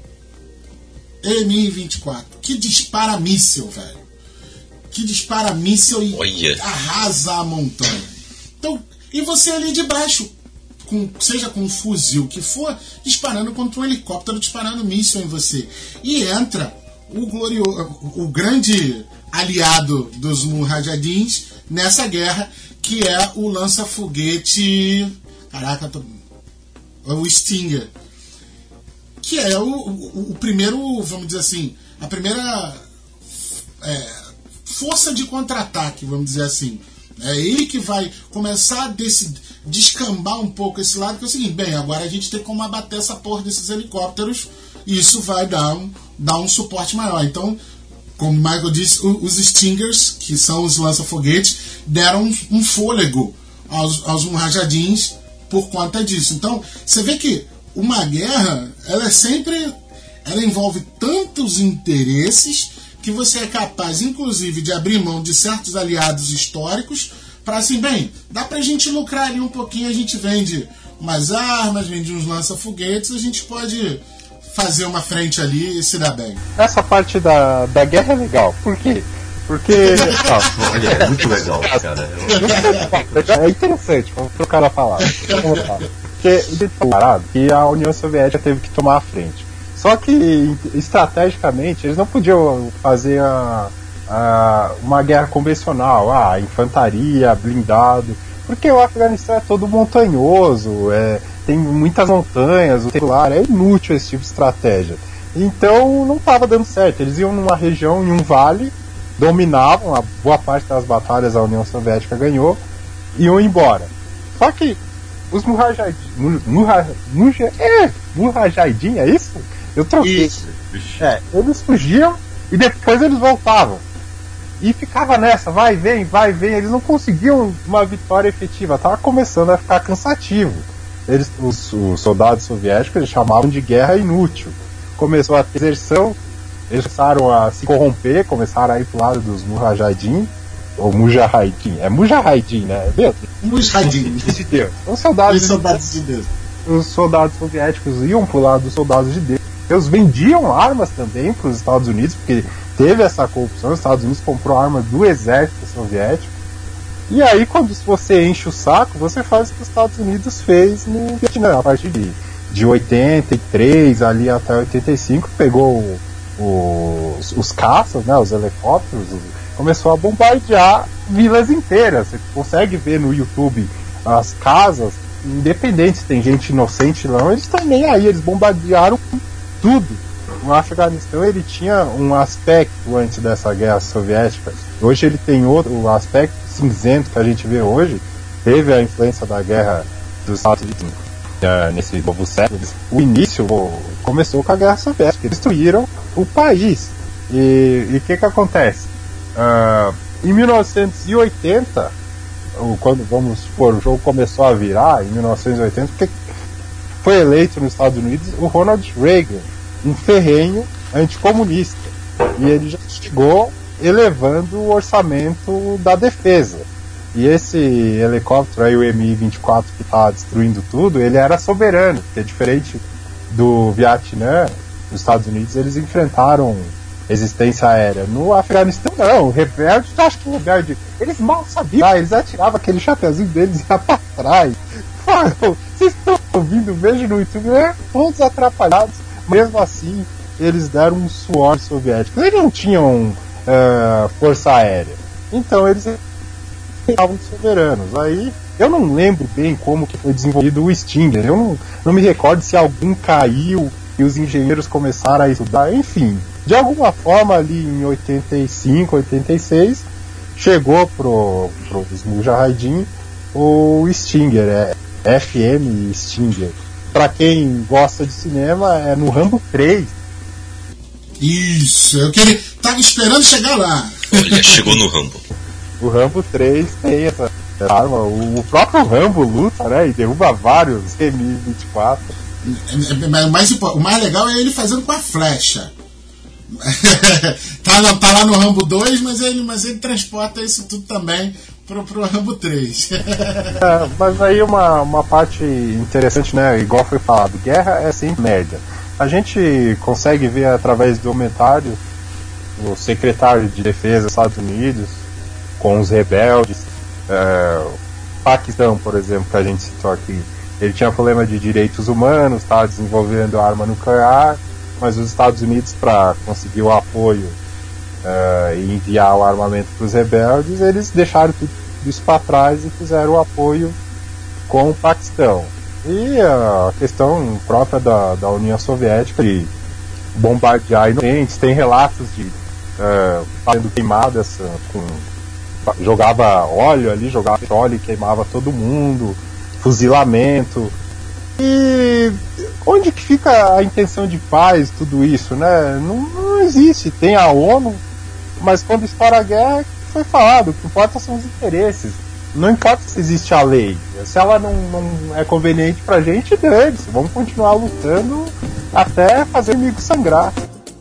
M I vinte e quatro, que dispara míssil, velho. Que dispara míssil e Olha. arrasa a montanha. Então, e você ali de baixo, com, seja com um fuzil que for, disparando contra um helicóptero, disparando míssil em você. E entra o glorioso, o grande aliado dos Mujahidins nessa guerra, que é o lança-foguete. Caraca, tô, o Stinger. Que é o, o, o primeiro, vamos dizer assim, a primeira é, força de contra-ataque, vamos dizer assim. É ele que vai começar a desse, descambar um pouco esse lado, que é o seguinte: bem, agora a gente tem como abater essa porra desses helicópteros, e isso vai dar um, dar um suporte maior. Então, como o Michael disse, os Stingers, que são os lança-foguetes, deram um, um fôlego aos, aos Mujahidins por conta disso. Então, você vê que uma guerra, ela é sempre, ela envolve tantos interesses que você é capaz, inclusive, de abrir mão de certos aliados históricos para, assim, bem, dá pra gente lucrar ali um pouquinho, a gente vende umas armas, vende uns lança-foguetes, a gente pode fazer uma frente ali e se dar bem. Essa parte da, da guerra é legal. Por quê? Porque... ah, olha, é muito legal, cara. É interessante, vamos trocar a palavra. Porque parado que a União Soviética teve que tomar a frente. Só que estrategicamente eles não podiam fazer a, a, uma guerra convencional, a ah, infantaria, blindado, porque o Afeganistão é todo montanhoso, é, tem muitas montanhas, o celular é inútil esse tipo de estratégia. Então não estava dando certo. Eles iam numa região, em um vale, dominavam a boa parte das batalhas, a União Soviética ganhou, e iam embora. Só que os Mujahidin, Mujahidin, é, Mujahidin, é isso? Eu troquei. Isso. É, eles fugiam e depois eles voltavam. E ficava nessa, vai, vem, vai, vem. Eles não conseguiam uma vitória efetiva. Tava começando a ficar cansativo. Eles, os, os soldados soviéticos, eles chamavam de guerra inútil. Começou a ter deserção, eles começaram a se corromper, começaram a ir pro lado dos Mujahidin. Ou Mujahidin, é Mujahidin, né? Deus? Mujahidin de Deus. Os soldados, os soldados de Deus. Os soldados soviéticos iam pro lado dos soldados de Deus. Eles vendiam armas também para os Estados Unidos, porque teve essa corrupção. Os Estados Unidos comprou armas do exército soviético. E aí, quando você enche o saco, você faz o que os Estados Unidos fez no Vietnã, a partir de, de oitenta e três ali até oitenta e cinco, pegou o, os, os caças, né, os helicópteros, começou a bombardear vilas inteiras. Você consegue ver no YouTube as casas, independente se tem gente inocente não, eles estão nem aí, eles bombardearam tudo. o Afeganistão ele tinha um aspecto antes dessa guerra soviética. Hoje ele tem outro, o aspecto cinzento que a gente vê hoje. Teve a influência da guerra dos Estados Unidos uh, nesse novo século. O início começou com a guerra soviética. Eles destruíram o país. E o que que acontece? Uh, em mil novecentos e oitenta, quando vamos supor, o jogo começou a virar, em mil novecentos e oitenta, porque foi eleito nos Estados Unidos o Ronald Reagan, um ferrenho anticomunista. E ele já chegou elevando o orçamento da defesa. E esse helicóptero aí, o M I vinte e quatro, que está destruindo tudo, ele era soberano, porque diferente do Vietnã, os Estados Unidos eles enfrentaram resistência aérea. No Afeganistão não, o rebelde, tu acha que o rebelde, eles mal sabiam, ah, eles atiravam aquele chapeuzinho deles e ia pra trás. Pô, vocês estão ouvindo, veja no YouTube, é, todos atrapalhados, mesmo assim eles deram um suor soviético. Eles não tinham uh, força aérea, então eles estavam soberanos. Aí eu não lembro bem como que foi desenvolvido o Stinger, eu não, não me recordo se algum caiu e os engenheiros começaram a estudar, enfim. De alguma forma, ali em oitenta e cinco, oitenta e seis, chegou pro, pros Mujahideen o Stinger, é F M Stinger. Pra quem gosta de cinema, é no Rambo três. Isso, eu queria, tava esperando chegar lá. Olha, chegou no Rambo. O Rambo três tem essa, essa arma, o próprio Rambo luta, né, e derruba vários M I vinte e quatro. Mas o mais, o mais legal é ele fazendo com a flecha. tá, lá, tá lá no Rambo dois, mas ele, mas ele transporta isso tudo também pro, pro Rambo três. É, mas aí uma, uma parte interessante, né? Igual foi falado, guerra é sempre merda. A gente consegue ver através do documentário o secretário de defesa dos Estados Unidos com os rebeldes. É, Paquistão, por exemplo, que a gente citou aqui, ele tinha problema de direitos humanos, estava desenvolvendo arma nuclear, mas os Estados Unidos, para conseguir o apoio uh, e enviar o armamento para os rebeldes, eles deixaram tudo isso para trás e fizeram o apoio com o Paquistão. E a questão própria da, da União Soviética de bombardear inocentes, tem relatos de uh, fazendo queimadas, uh, com, jogava óleo ali, jogava petróleo e queimava todo mundo, fuzilamento. E onde que fica a intenção de paz, tudo isso, né? Não, não existe. Tem a ONU, mas quando estoura a guerra, foi falado, o que importa são os interesses. Não importa se existe a lei. Se ela não, não é conveniente pra gente, dane-se. Vamos continuar lutando até fazer o inimigo sangrar.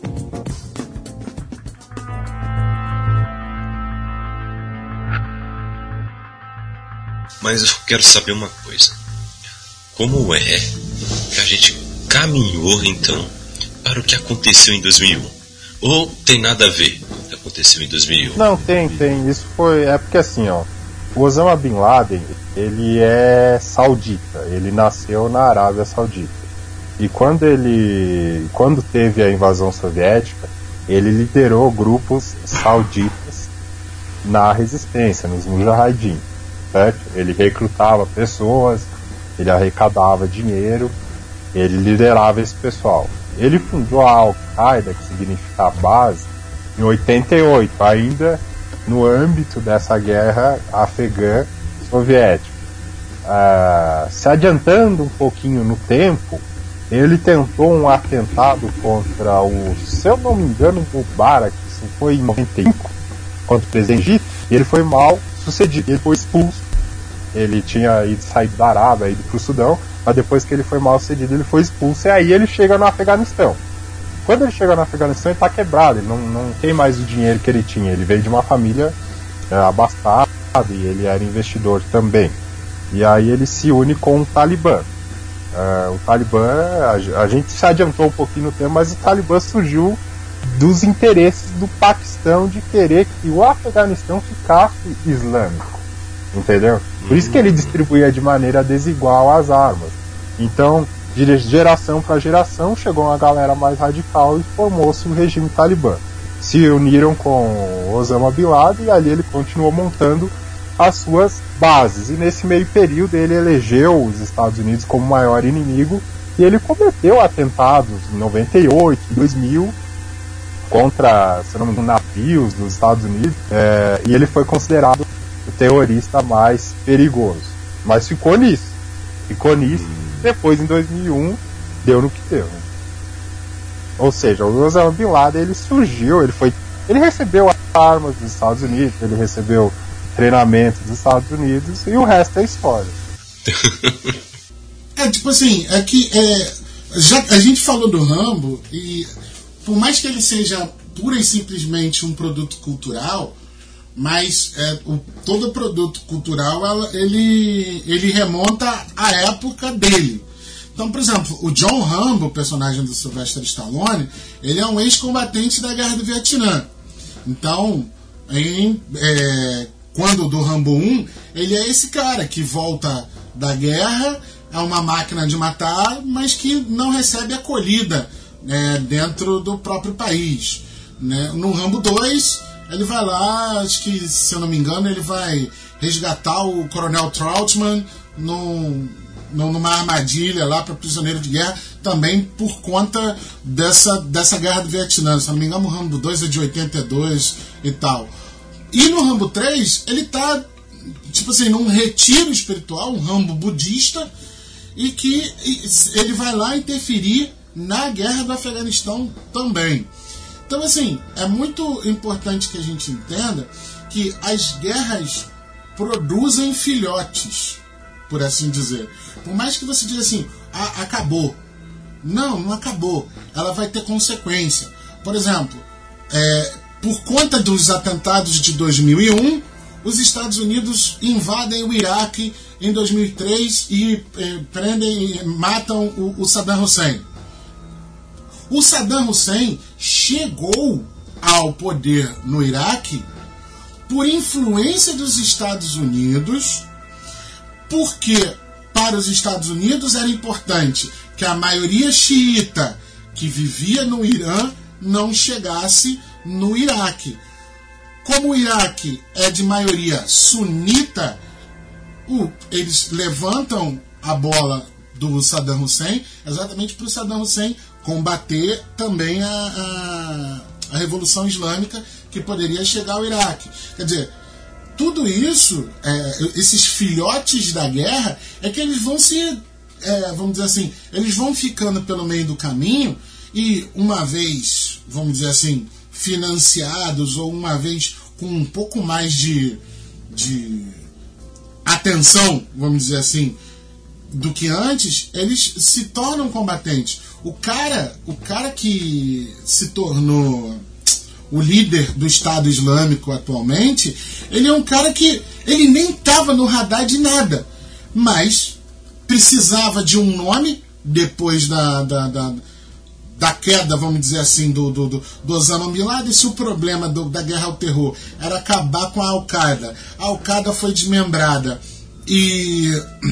Mas eu quero saber uma coisa. Como é que a gente caminhou, então, para o que aconteceu em dois mil e um? Ou tem nada a ver com o que aconteceu em dois mil e um? Não, tem, tem. Isso foi... É porque assim, ó, o Osama Bin Laden, ele é saudita. Ele nasceu na Arábia Saudita. E quando ele... Quando teve a invasão soviética, ele liderou grupos sauditas na resistência, nos Mujahideen, certo? Ele recrutava pessoas, ele arrecadava dinheiro, ele liderava esse pessoal. Ele fundou a Al-Qaeda, que significa a base, em oitenta e oito, ainda no âmbito dessa guerra afegã soviética. Ah, se adiantando um pouquinho no tempo, ele tentou um atentado contra o, se eu não me engano, o Mubarak, isso foi em noventa e cinco, contra o presidente Egito, e ele foi mal sucedido, ele foi expulso. Ele tinha ido saído da Arábia, ido para o Sudão, mas depois que ele foi mal sucedido, ele foi expulso, e aí ele chega no Afeganistão. Quando ele chega no Afeganistão, ele está quebrado, ele não, não tem mais o dinheiro que ele tinha. Ele veio de uma família é, abastada e ele era investidor também. E aí ele se une com o Talibã. É, o Talibã, a, a gente se adiantou um pouquinho no tempo, mas o Talibã surgiu dos interesses do Paquistão de querer que o Afeganistão ficasse islâmico. Entendeu? Por isso que ele distribuía de maneira desigual as armas. Então, de geração para geração, chegou uma galera mais radical e formou-se o regime Talibã. Se uniram com Osama Bin Laden e ali ele continuou montando as suas bases. E nesse meio período ele elegeu os Estados Unidos como maior inimigo E ele cometeu atentados em noventa e oito, dois mil, contra, se não me engano, navios dos Estados Unidos, é, e ele foi considerado o terrorista mais perigoso. Mas ficou nisso. Ficou nisso. Depois, em dois mil e um, deu no que deu. Ou seja, o Osama Bin Laden, ele surgiu, ele foi, ele recebeu armas dos Estados Unidos, ele recebeu treinamento dos Estados Unidos, e o resto é história. É, tipo assim, é que é, já, a gente falou do Rambo, e por mais que ele seja pura e simplesmente um produto cultural, mas é, o, todo produto cultural ela, ele, ele remonta à época dele. Então, por exemplo, o John Rambo, o personagem do Sylvester Stallone, ele é um ex-combatente da Guerra do Vietnã. Então, em, é, quando do Rambo um, ele é esse cara que volta da guerra, é uma máquina de matar, mas que não recebe acolhida, né, dentro do próprio país. Né? No Rambo dois, ele vai lá, acho que, se eu não me engano, ele vai resgatar o Coronel Trautmann no, no, numa armadilha lá para prisioneiro de guerra, também por conta dessa, dessa guerra do Vietnã. Se eu não me engano, o Rambo dois é de oitenta e dois e tal. E no Rambo três, ele tá, tipo assim, num retiro espiritual, um Rambo budista, e que ele vai lá interferir na guerra do Afeganistão também. Então, assim, é muito importante que a gente entenda que as guerras produzem filhotes, por assim dizer. Por mais que você diga assim, ah, acabou. Não, não acabou. Ela vai ter consequência. Por exemplo, é, por conta dos atentados de dois mil e um, os Estados Unidos invadem o Iraque em dois mil e três e eh, prendem e matam o, o Saddam Hussein. O Saddam Hussein chegou ao poder no Iraque por influência dos Estados Unidos, porque para os Estados Unidos era importante que a maioria xiita que vivia no Irã não chegasse no Iraque. Como o Iraque é de maioria sunita, uh, eles levantam a bola do Saddam Hussein exatamente para o Saddam Hussein combater também a, a, a Revolução Islâmica que poderia chegar ao Iraque. Quer dizer, tudo isso, é, esses filhotes da guerra, é que eles vão se, é, vamos dizer assim, eles vão ficando pelo meio do caminho e uma vez, vamos dizer assim, financiados ou uma vez com um pouco mais de, de atenção, vamos dizer assim, do que antes, eles se tornam combatentes. O cara, o cara que se tornou o líder do Estado Islâmico atualmente, ele é um cara que ele nem estava no radar de nada, mas precisava de um nome depois da, da, da, da queda, vamos dizer assim, do, do, do, do Osama Bin Laden. Se o problema do, da guerra ao terror era acabar com a Al-Qaeda, a Al-Qaeda foi desmembrada e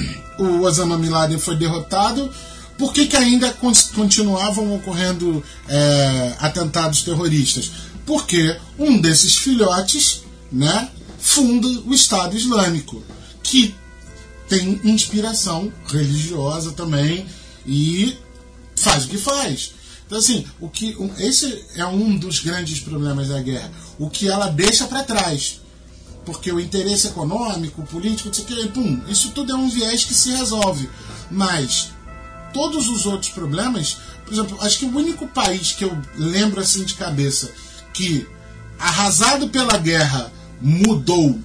o Osama Bin Laden foi derrotado, por que, que ainda continuavam ocorrendo é, atentados terroristas? Porque um desses filhotes, né, funda o Estado Islâmico, que tem inspiração religiosa também e faz o que faz. Então, assim, o que, um, esse é um dos grandes problemas da guerra, o que ela deixa para trás. Porque o interesse econômico, político, isso, aqui, pum, isso tudo é um viés que se resolve. Mas todos os outros problemas, por exemplo, acho que o único país que eu lembro assim de cabeça que, arrasado pela guerra, mudou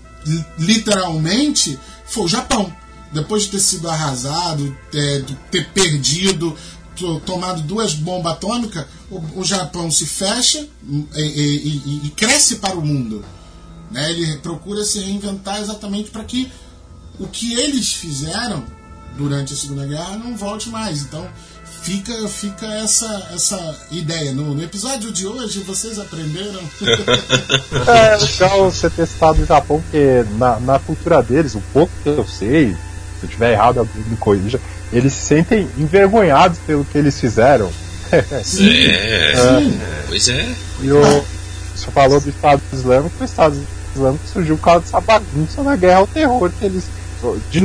literalmente, foi o Japão. Depois de ter sido arrasado, ter, ter perdido, tomado duas bombas atômicas, o, o Japão se fecha e, e, e cresce para o mundo. Né? Ele procura se reinventar exatamente para que o que eles fizeram durante a Segunda Guerra não volte mais. Então fica, fica essa, essa ideia. No, no episódio de hoje vocês aprenderam. É legal você ter citado o Japão, porque na, na cultura deles, o pouco que eu sei, se eu estiver errado, alguém me corrija, eles se sentem envergonhados pelo que eles fizeram. Sim, é, sim. Pois é. E o, você falou do Estado Islâmico, o Estado Islâmico surgiu por causa dessa bagunça na guerra ao terror que eles. De novo,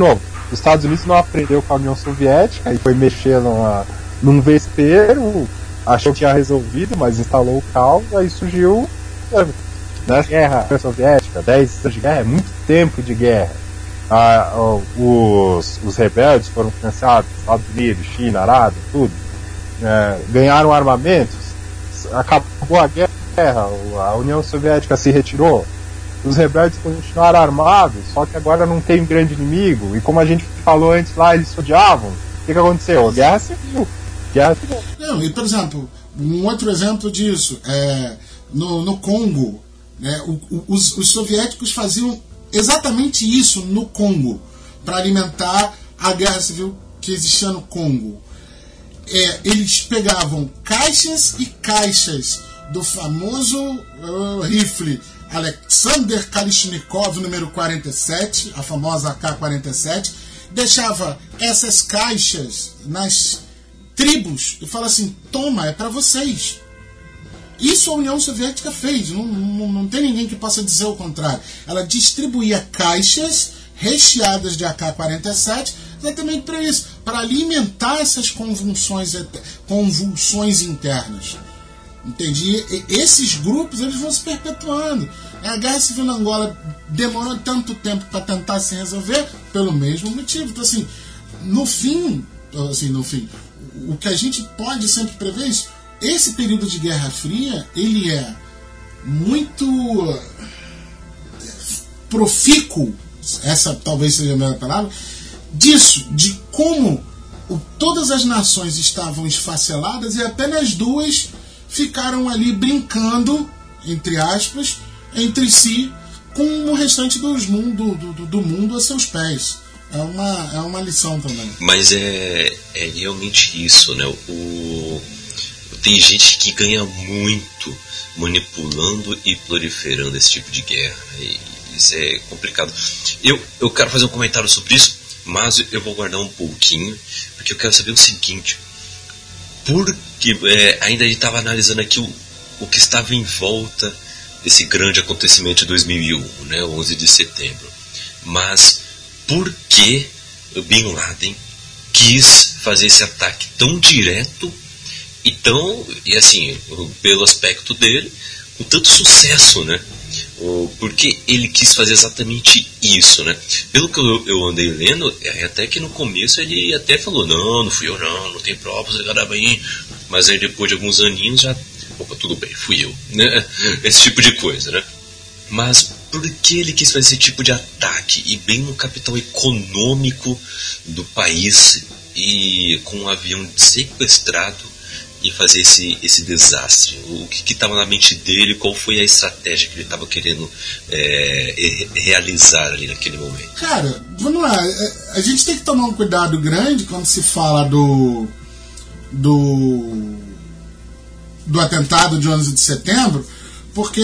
Os Estados Unidos não aprendeu com a União Soviética e foi mexer numa, num vespeiro, achou que tinha resolvido, mas instalou o caos, aí surgiu né, guerra soviética, dez anos de guerra, é muito tempo de guerra. Ah, os, os rebeldes foram financiados, Estados Unidos, China, Arábia, tudo. É, ganharam armamentos, acabou a guerra, a União Soviética se retirou. Os rebeldes continuaram armados, só que agora não tem um grande inimigo. E como a gente falou antes lá, eles se odiavam. O que, que aconteceu? Guerra civil. Guerra civil. Não, e por exemplo, um outro exemplo disso é no, no Congo, né, o, o, os, os soviéticos faziam exatamente isso no Congo, para alimentar a guerra civil que existia no Congo. É, eles pegavam caixas e caixas do famoso uh, rifle Alexander Kalashnikov número quarenta e sete, a famosa A K quarenta e sete, deixava essas caixas nas tribos e fala assim: toma, é para vocês. Isso a União Soviética fez, não, não, não tem ninguém que possa dizer o contrário. Ela distribuía caixas recheadas de A K quarenta e sete exatamente para isso, para alimentar essas convulsões, convulsões internas. Entendi? E esses grupos eles vão se perpetuando. A guerra civil na Angola demorou tanto tempo para tentar se resolver pelo mesmo motivo. Então, assim, no fim, assim, no fim, o que a gente pode sempre prever é isso. Esse período de Guerra Fria, ele é muito profícuo, essa talvez seja a melhor palavra, disso, de como o, todas as nações estavam esfaceladas e apenas duas ficaram ali brincando, entre aspas, entre si, com o restante dos mundo, do, do mundo a seus pés. É uma, é uma lição também. Mas é, é realmente isso, né? O, tem gente que ganha muito manipulando e proliferando esse tipo de guerra. E isso é complicado. Eu, eu quero fazer um comentário sobre isso, mas eu vou guardar um pouquinho, porque eu quero saber o seguinte. Porque é, ainda a gente estava analisando aqui o, o que estava em volta desse grande acontecimento de dois mil e um, né, onze de setembro. Mas por que o Bin Laden quis fazer esse ataque tão direto e tão, e assim, pelo aspecto dele, com tanto sucesso, né? Porque ele quis fazer exatamente isso, né? Pelo que eu, eu andei lendo, até que no começo ele até falou: não, não fui eu não, não tem provas, bem. Mas aí depois de alguns aninhos já, opa, tudo bem, fui eu, né? Esse tipo de coisa, né? Mas por que ele quis fazer esse tipo de ataque e bem no capital econômico do país e com um avião sequestrado e fazer esse, esse desastre? O que estava na mente dele? Qual foi a estratégia que ele estava querendo é, realizar ali naquele momento? Cara, vamos lá. A gente tem que tomar um cuidado grande quando se fala do do do atentado de onze de setembro, porque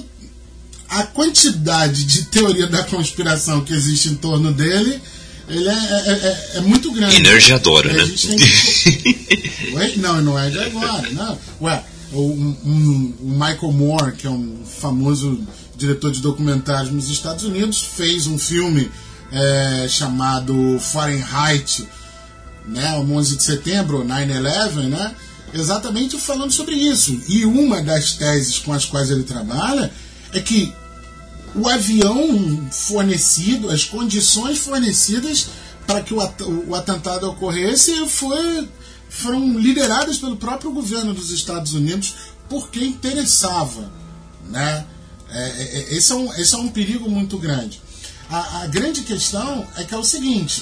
a quantidade de teoria da conspiração que existe em torno dele, ele é, é, é, é muito grande. Energiadora, né? Que... Ué, não, não é de agora. Não. Ué, o, um, o Michael Moore, que é um famoso diretor de documentários nos Estados Unidos, fez um filme é, chamado Fahrenheit, né, o onze de setembro, nove eleven, né, exatamente falando sobre isso. E uma das teses com as quais ele trabalha é que o avião fornecido, as condições fornecidas para que o, at- o atentado ocorresse foi, foram lideradas pelo próprio governo dos Estados Unidos, porque interessava, né? É, é, esse, é um, esse é um perigo muito grande. A, a grande questão é que é o seguinte: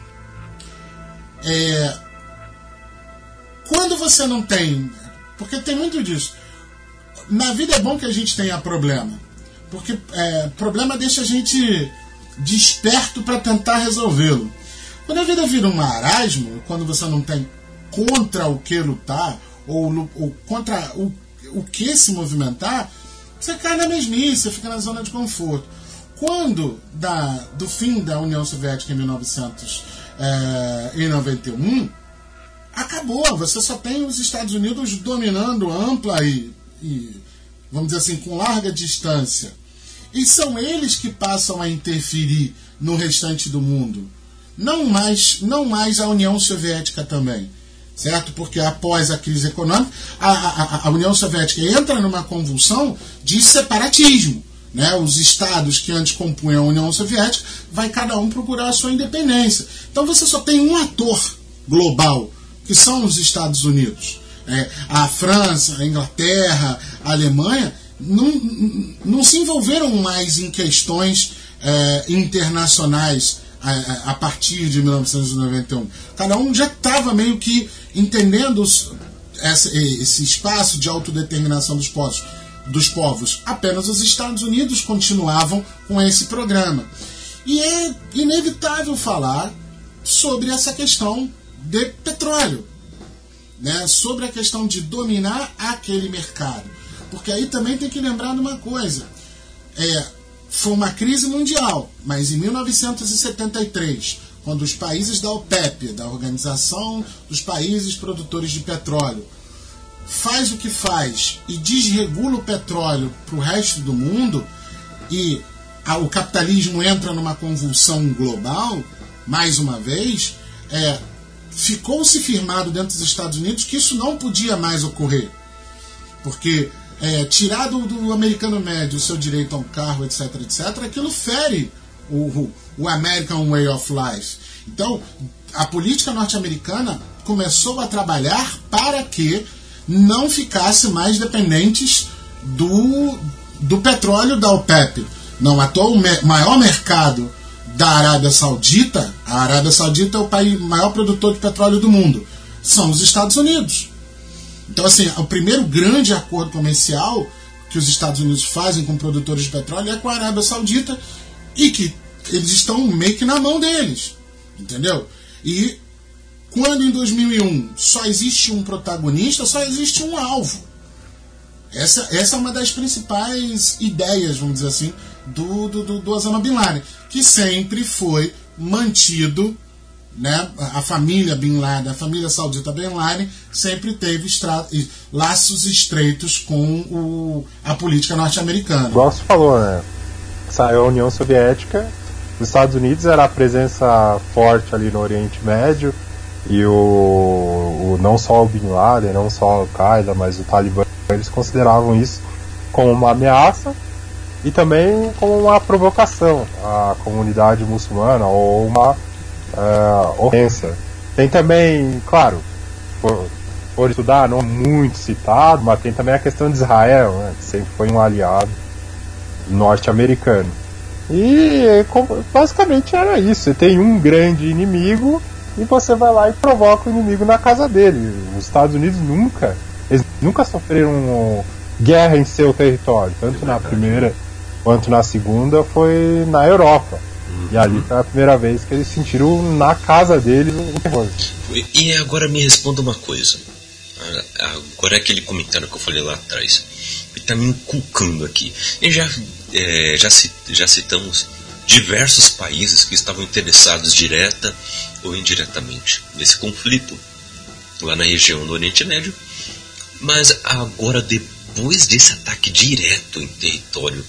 é, quando você não tem, porque tem muito disso, na vida é bom que a gente tenha problema, porque é, problema deixa a gente desperto para tentar resolvê-lo. Quando a vida vira um marasmo, quando você não tem contra o que lutar, ou, ou contra o, o que se movimentar, você cai na mesmice, você fica na zona de conforto. Quando da, do fim da União Soviética em mil novecentos e noventa e um, acabou, você só tem os Estados Unidos dominando ampla e, e, vamos dizer assim, com larga distância. E são eles que passam a interferir no restante do mundo. não mais, não mais a União Soviética também, certo? Porque após a crise econômica, a, a, a União Soviética entra numa convulsão de separatismo, né? Os estados que antes compunham a União Soviética, vai cada um procurar a sua independência. Então você só tem um ator global, que são os Estados Unidos. É, a França, a Inglaterra, a Alemanha não, não se envolveram mais em questões é, internacionais a, a partir de mil novecentos e noventa e um. Cada um já estava meio que entendendo os, essa, esse espaço de autodeterminação dos povos, dos povos. Apenas os Estados Unidos continuavam com esse programa. E é inevitável falar sobre essa questão de petróleo, né? Sobre a questão de dominar aquele mercado. Porque aí também tem que lembrar de uma coisa. É, foi uma crise mundial, mas em mil novecentos e setenta e três, quando os países da OPEP, da Organização dos Países Produtores de Petróleo, faz o que faz e desregula o petróleo para o resto do mundo, e a, o capitalismo entra numa convulsão global, mais uma vez, é, ficou-se firmado dentro dos Estados Unidos que isso não podia mais ocorrer. Porque é, tirar do, do americano médio o seu direito a um carro, etc, etc, aquilo fere o, o American Way of Life. Então, a política norte-americana começou a trabalhar para que não ficasse mais dependentes do, do petróleo da OPEP. Não à toa, o me, maior mercado da Arábia Saudita, a Arábia Saudita é o país maior produtor de petróleo do mundo, são os Estados Unidos. Então, assim, o primeiro grande acordo comercial que os Estados Unidos fazem com produtores de petróleo é com a Arábia Saudita, e que eles estão meio que na mão deles, entendeu? E quando em dois mil e um só existe um protagonista, só existe um alvo. Essa, essa é uma das principais ideias, vamos dizer assim, do, do, do, do Osama Bin Laden, que sempre foi mantido, né? A família Bin Laden, a família saudita Bin Laden, sempre teve estra- laços estreitos com o, a política norte-americana. Igual você falou, né? Saiu a União Soviética, os Estados Unidos era a presença forte ali no Oriente Médio, e o, o não só o Bin Laden, não só a Al-Qaeda, mas o Talibã, eles consideravam isso como uma ameaça e também como uma provocação à comunidade muçulmana, ou uma uh, ofensa. Tem também, claro, por, por estudar, não muito citado, mas tem também a questão de Israel, né, que sempre foi um aliado norte-americano. E basicamente era isso. Você tem um grande inimigo e você vai lá e provoca o inimigo na casa dele. Os Estados Unidos nunca, eles nunca sofreram guerra em seu território, tanto na primeira quanto na segunda foi na Europa. Uhum. E ali foi a primeira vez que eles sentiram na casa deles o terror. E agora me responda uma coisa. Agora é aquele comentário que eu falei lá atrás, que está me inculcando aqui. E já, é, já, já citamos diversos países que estavam interessados direta ou indiretamente nesse conflito lá na região do Oriente Médio, mas agora, depois desse ataque direto em território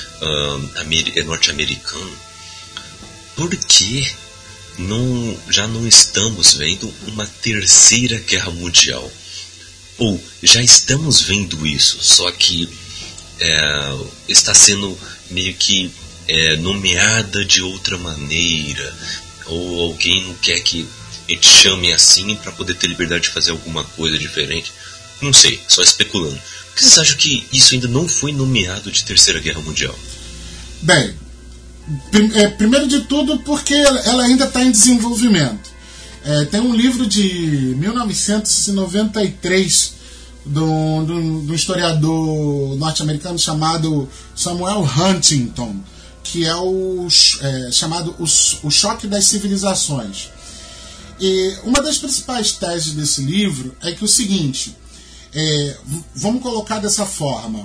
uh, norte-americano, por que não, já não estamos vendo uma terceira guerra mundial? Ou já estamos vendo isso, só que é, está sendo meio que é, nomeada de outra maneira, ou alguém não quer que a gente chame assim para poder ter liberdade de fazer alguma coisa diferente? Não sei, só especulando. Por que vocês acham que isso ainda não foi nomeado de Terceira Guerra Mundial? Bem, prim- é, primeiro de tudo porque ela, ela ainda está em desenvolvimento. É, tem um livro de mil novecentos e noventa e três do, do, do historiador norte-americano chamado Samuel Huntington, que é o é, chamado o, o Choque das Civilizações. E uma das principais teses desse livro é que o seguinte, é, vamos colocar dessa forma,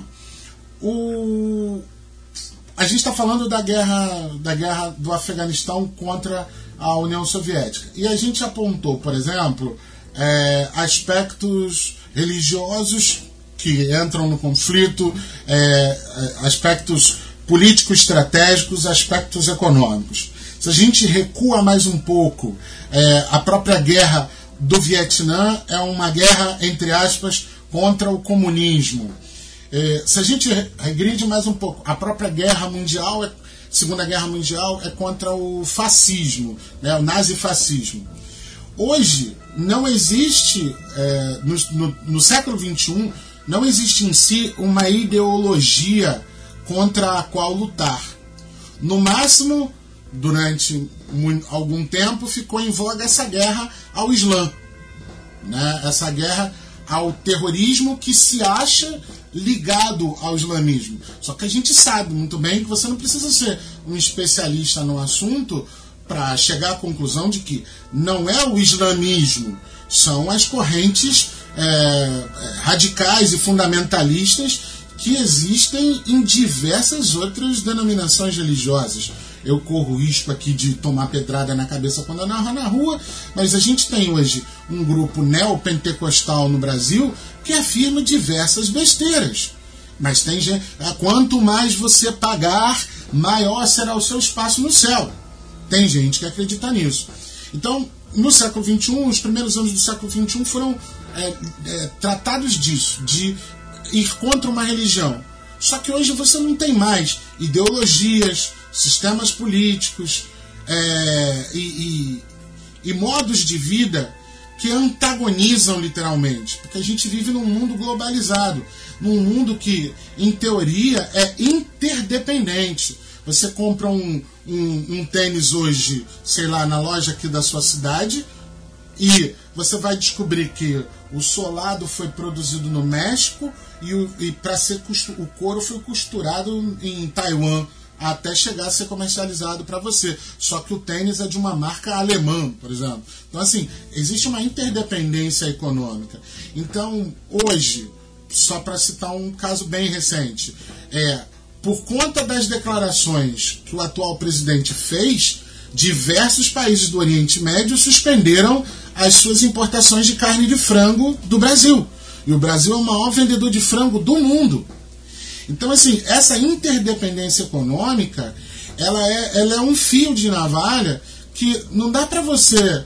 o, a gente está falando da guerra, da guerra do Afeganistão contra a União Soviética, e a gente apontou, por exemplo, é, aspectos religiosos que entram no conflito, é, aspectos político-estratégicos, aspectos econômicos. Se a gente recua mais um pouco, é, a própria guerra do Vietnã é uma guerra, entre aspas, contra o comunismo. É, se a gente regride mais um pouco, a própria guerra mundial, é, Segunda Guerra Mundial, é contra o fascismo, né, o nazifascismo. Hoje, não existe, é, no, no, no século vinte e um, não existe em si uma ideologia contra a qual lutar. No máximo, durante muito, algum tempo, ficou em voga essa guerra ao Islã, né? Essa guerra ao terrorismo que se acha ligado ao islamismo. Só que a gente sabe muito bem que você não precisa ser um especialista no assunto para chegar à conclusão de que não é o islamismo, são as correntes é, radicais e fundamentalistas que existem em diversas outras denominações religiosas. Eu corro o risco aqui de tomar pedrada na cabeça quando eu narro na rua, mas a gente tem hoje um grupo neopentecostal no Brasil que afirma diversas besteiras. Mas tem gente, quanto mais você pagar, maior será o seu espaço no céu. Tem gente que acredita nisso. Então, no século vinte e um, os primeiros anos do século vinte e um foram é, é, tratados disso, de ir contra uma religião. Só que hoje você não tem mais ideologias, sistemas políticos é, e, e, e modos de vida que antagonizam literalmente, porque a gente vive num mundo globalizado, num mundo que, em teoria, é interdependente. Você compra um, um, um tênis hoje, sei lá, na loja aqui da sua cidade, e você vai descobrir que o solado foi produzido no México e, o, e para ser costu, o couro foi costurado em Taiwan até chegar a ser comercializado para você. Só que o tênis é de uma marca alemã, por exemplo. Então, assim, existe uma interdependência econômica. Então, hoje, só para citar um caso bem recente, é, por conta das declarações que o atual presidente fez, diversos países do Oriente Médio suspenderam as suas importações de carne de frango do Brasil. E o Brasil é o maior vendedor de frango do mundo. Então, assim, essa interdependência econômica, ela é, ela é um fio de navalha que não dá para você,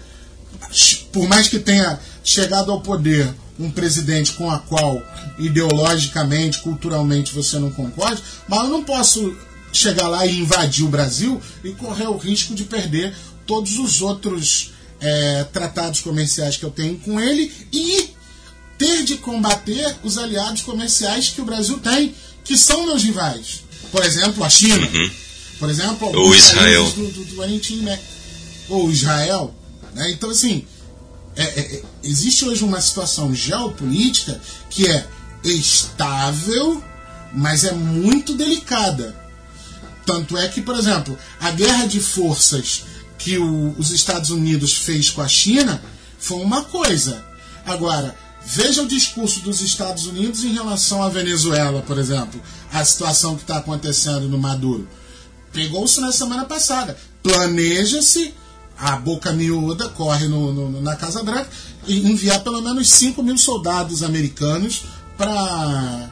por mais que tenha chegado ao poder um presidente com a qual ideologicamente, culturalmente você não concorde, mas eu não posso chegar lá e invadir o Brasil e correr o risco de perder todos os outros é, tratados comerciais que eu tenho com ele e ter de combater os aliados comerciais que o Brasil tem, que são meus rivais. Por exemplo, a China. Uhum. Por exemplo, ou Israel. Do, do, do Oriente Médio. Ou Israel. Né? Então, assim, é, é, existe hoje uma situação geopolítica que é estável, mas é muito delicada. Tanto é que, por exemplo, a guerra de forças que o, os Estados Unidos fez com a China foi uma coisa. Agora, veja o discurso dos Estados Unidos em relação à Venezuela, por exemplo. A situação que está acontecendo no Maduro. Pegou-se na semana passada. Planeja-se, a boca miúda corre no, no, na Casa Branca, e enviar pelo menos cinco mil soldados americanos para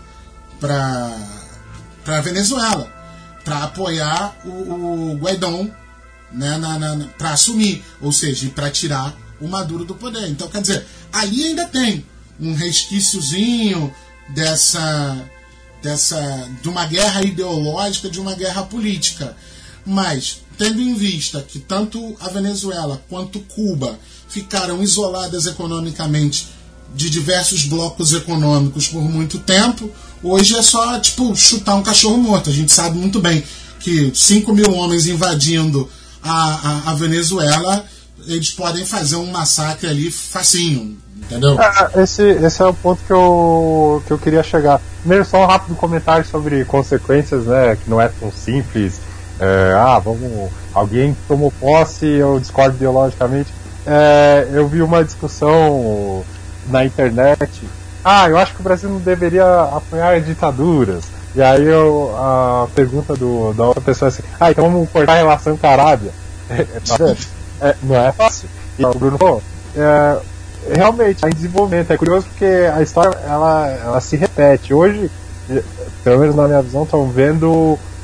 para a Venezuela, para apoiar o, o Guaidó, né, na, na, para assumir, ou seja, para tirar o Maduro do poder. Então, quer dizer, aí ainda tem um resquíciozinho dessa, dessa, de uma guerra ideológica, de uma guerra política. Mas, tendo em vista que tanto a Venezuela quanto Cuba ficaram isoladas economicamente de diversos blocos econômicos por muito tempo, hoje é só, tipo, chutar um cachorro morto. A gente sabe muito bem que cinco mil homens invadindo a, a, a Venezuela, eles podem fazer um massacre ali facinho, entendeu? É, esse, esse é o ponto que eu, que eu queria chegar. Primeiro, só um rápido comentário sobre consequências, né, que não é tão simples. É, ah, vamos, alguém tomou posse, eu discordo ideologicamente. É, eu vi uma discussão na internet. Ah, eu acho que o Brasil não deveria apoiar ditaduras. E aí eu, a pergunta do, da outra pessoa é assim: ah, então vamos cortar a relação com a Arábia. É, é, não é fácil. E o Bruno falou: é, realmente, em desenvolvimento. É curioso porque a história ela, ela se repete. Hoje, pelo menos na minha visão, estão vendo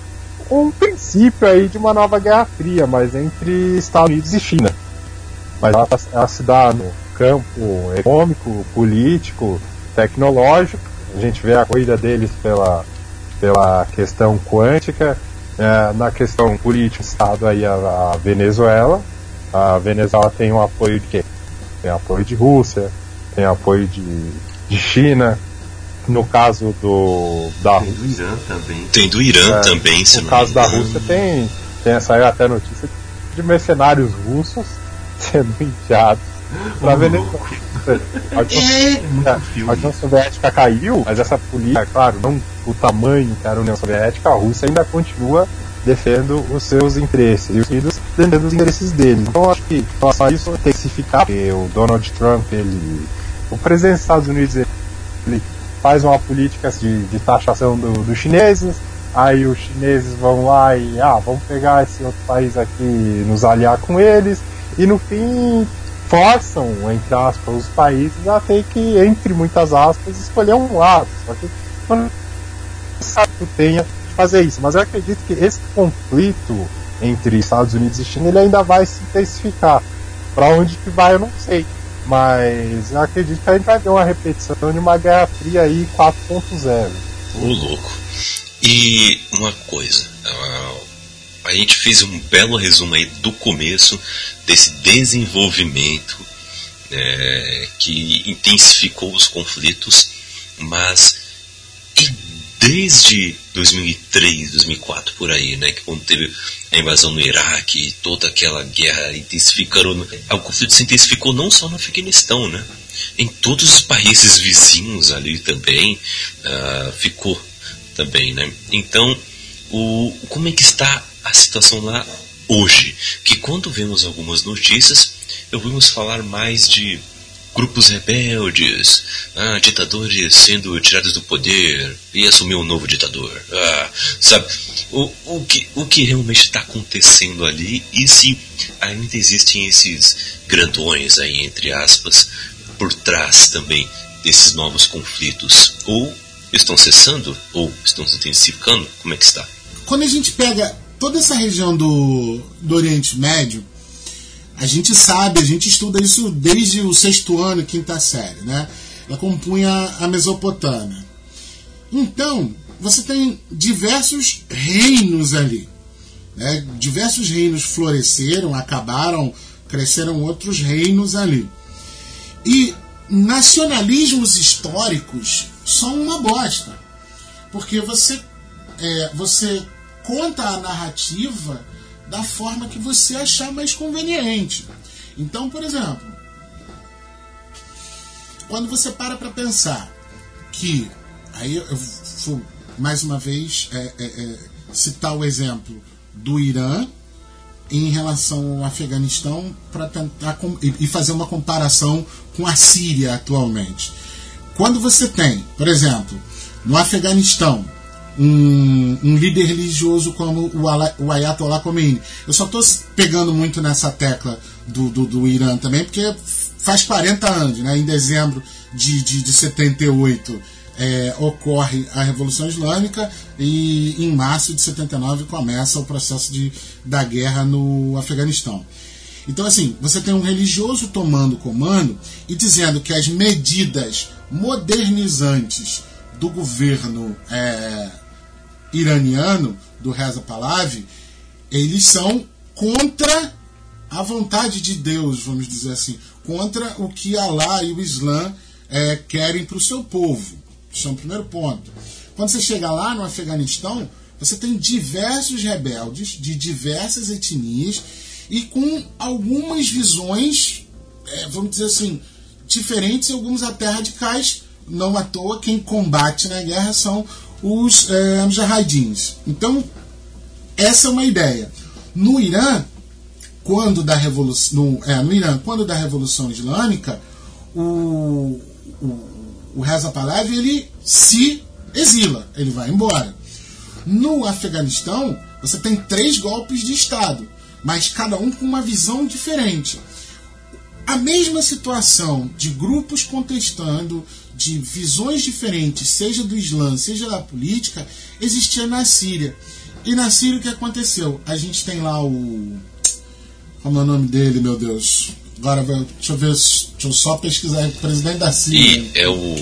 um princípio aí de uma nova Guerra Fria, mas entre Estados Unidos e China. Mas ela, ela se dá no campo econômico, político, tecnológico. A gente vê a corrida deles pela, pela questão quântica. É, na questão política, estado aí a, a Venezuela. A Venezuela tem um apoio de quê? Tem apoio de Rússia, tem apoio de, de China. No caso do da tem do Irã também. Tem do Irã é, também, se no não caso me da engano. Rússia tem, tem saiu até notícia de mercenários russos sendo enviados para Oh, Venezuela. A União, a União Soviética caiu, mas essa política, claro, não o tamanho que era a União Soviética, a Rússia ainda continua defendendo os seus interesses e os Estados Unidos defendendo os interesses deles. Então acho que a isso tem que se ficar, porque o Donald Trump, ele, o presidente dos Estados Unidos, ele, ele faz uma política de, de taxação do, dos chineses, aí os chineses vão lá e ah, vamos pegar esse outro país aqui e nos aliar com eles, e no fim forçam, entre aspas, os países a ter que, entre muitas aspas, escolher um lado. Só que não sabe que tenha de fazer isso, mas eu acredito que esse conflito entre Estados Unidos e China ele ainda vai se intensificar. Para onde que vai eu não sei. Mas eu acredito que a gente vai ver uma repetição de uma Guerra Fria aí quatro ponto zero. Ô, louco. E uma coisa, a gente fez um belo resumo aí do começo desse desenvolvimento é, que intensificou os conflitos, mas desde dois mil e três, dois mil e quatro por aí, né, que quando teve a invasão no Iraque, toda aquela guerra intensificando, o conflito se intensificou não só no Afeganistão, né, em todos os países vizinhos ali também, uh, ficou também, né. Então, o, como é que está a situação lá hoje? Que quando vemos algumas notícias, ouvimos falar mais de grupos rebeldes, ah, ditadores sendo tirados do poder e assumir um novo ditador. Ah, sabe, o, o, que, o que realmente está acontecendo ali e se ainda existem esses grandões aí, entre aspas, por trás também desses novos conflitos. Ou estão cessando, ou estão se intensificando, como é que está? Quando a gente pega toda essa região do, do Oriente Médio, a gente sabe, a gente estuda isso desde o sexto ano, quinta série, né? Ela compunha a Mesopotâmia. Então, você tem diversos reinos ali, né? Diversos reinos floresceram, acabaram, cresceram outros reinos ali. E nacionalismos históricos são uma bosta, porque você, é, você conta a narrativa da forma que você achar mais conveniente. Então, por exemplo, quando você para para pensar que, aí eu vou mais uma vez é, é, é, citar o exemplo do Irã em relação ao Afeganistão para tentar e fazer uma comparação com a Síria atualmente. Quando você tem, por exemplo, no Afeganistão, Um, um líder religioso como o, Ala, o Ayatollah Khomeini. Eu só estou pegando muito nessa tecla do, do, do Irã também, porque faz quarenta anos, né? Em dezembro de, de, de setenta e oito é, ocorre a Revolução Islâmica e em março de setenta e nove começa o processo de, da guerra no Afeganistão. Então, assim, você tem um religioso tomando comando e dizendo que as medidas modernizantes do governo é, iraniano, do Reza Pahlavi, eles são contra a vontade de Deus, vamos dizer assim, contra o que Alá e o Islã é, querem para o seu povo. Isso é um primeiro ponto. Quando você chega lá no Afeganistão, você tem diversos rebeldes de diversas etnias e com algumas visões, é, vamos dizer assim, diferentes e alguns até radicais. Não à toa, quem combate na guerra são os é, mujahidins. Então, essa é uma ideia. No Irã, quando da Revolução, no, é, no Irã, quando da Revolução Islâmica, o, o, o Reza Pahlavi ele se exila, ele vai embora. No Afeganistão, você tem três golpes de Estado, mas cada um com uma visão diferente. A mesma situação de grupos contestando, de visões diferentes, seja do Islã, seja da política, existia na Síria. E na Síria o que aconteceu? A gente tem lá o... Como é o nome dele, meu Deus? Agora, deixa eu ver, deixa eu só pesquisar. O presidente da Síria. E é o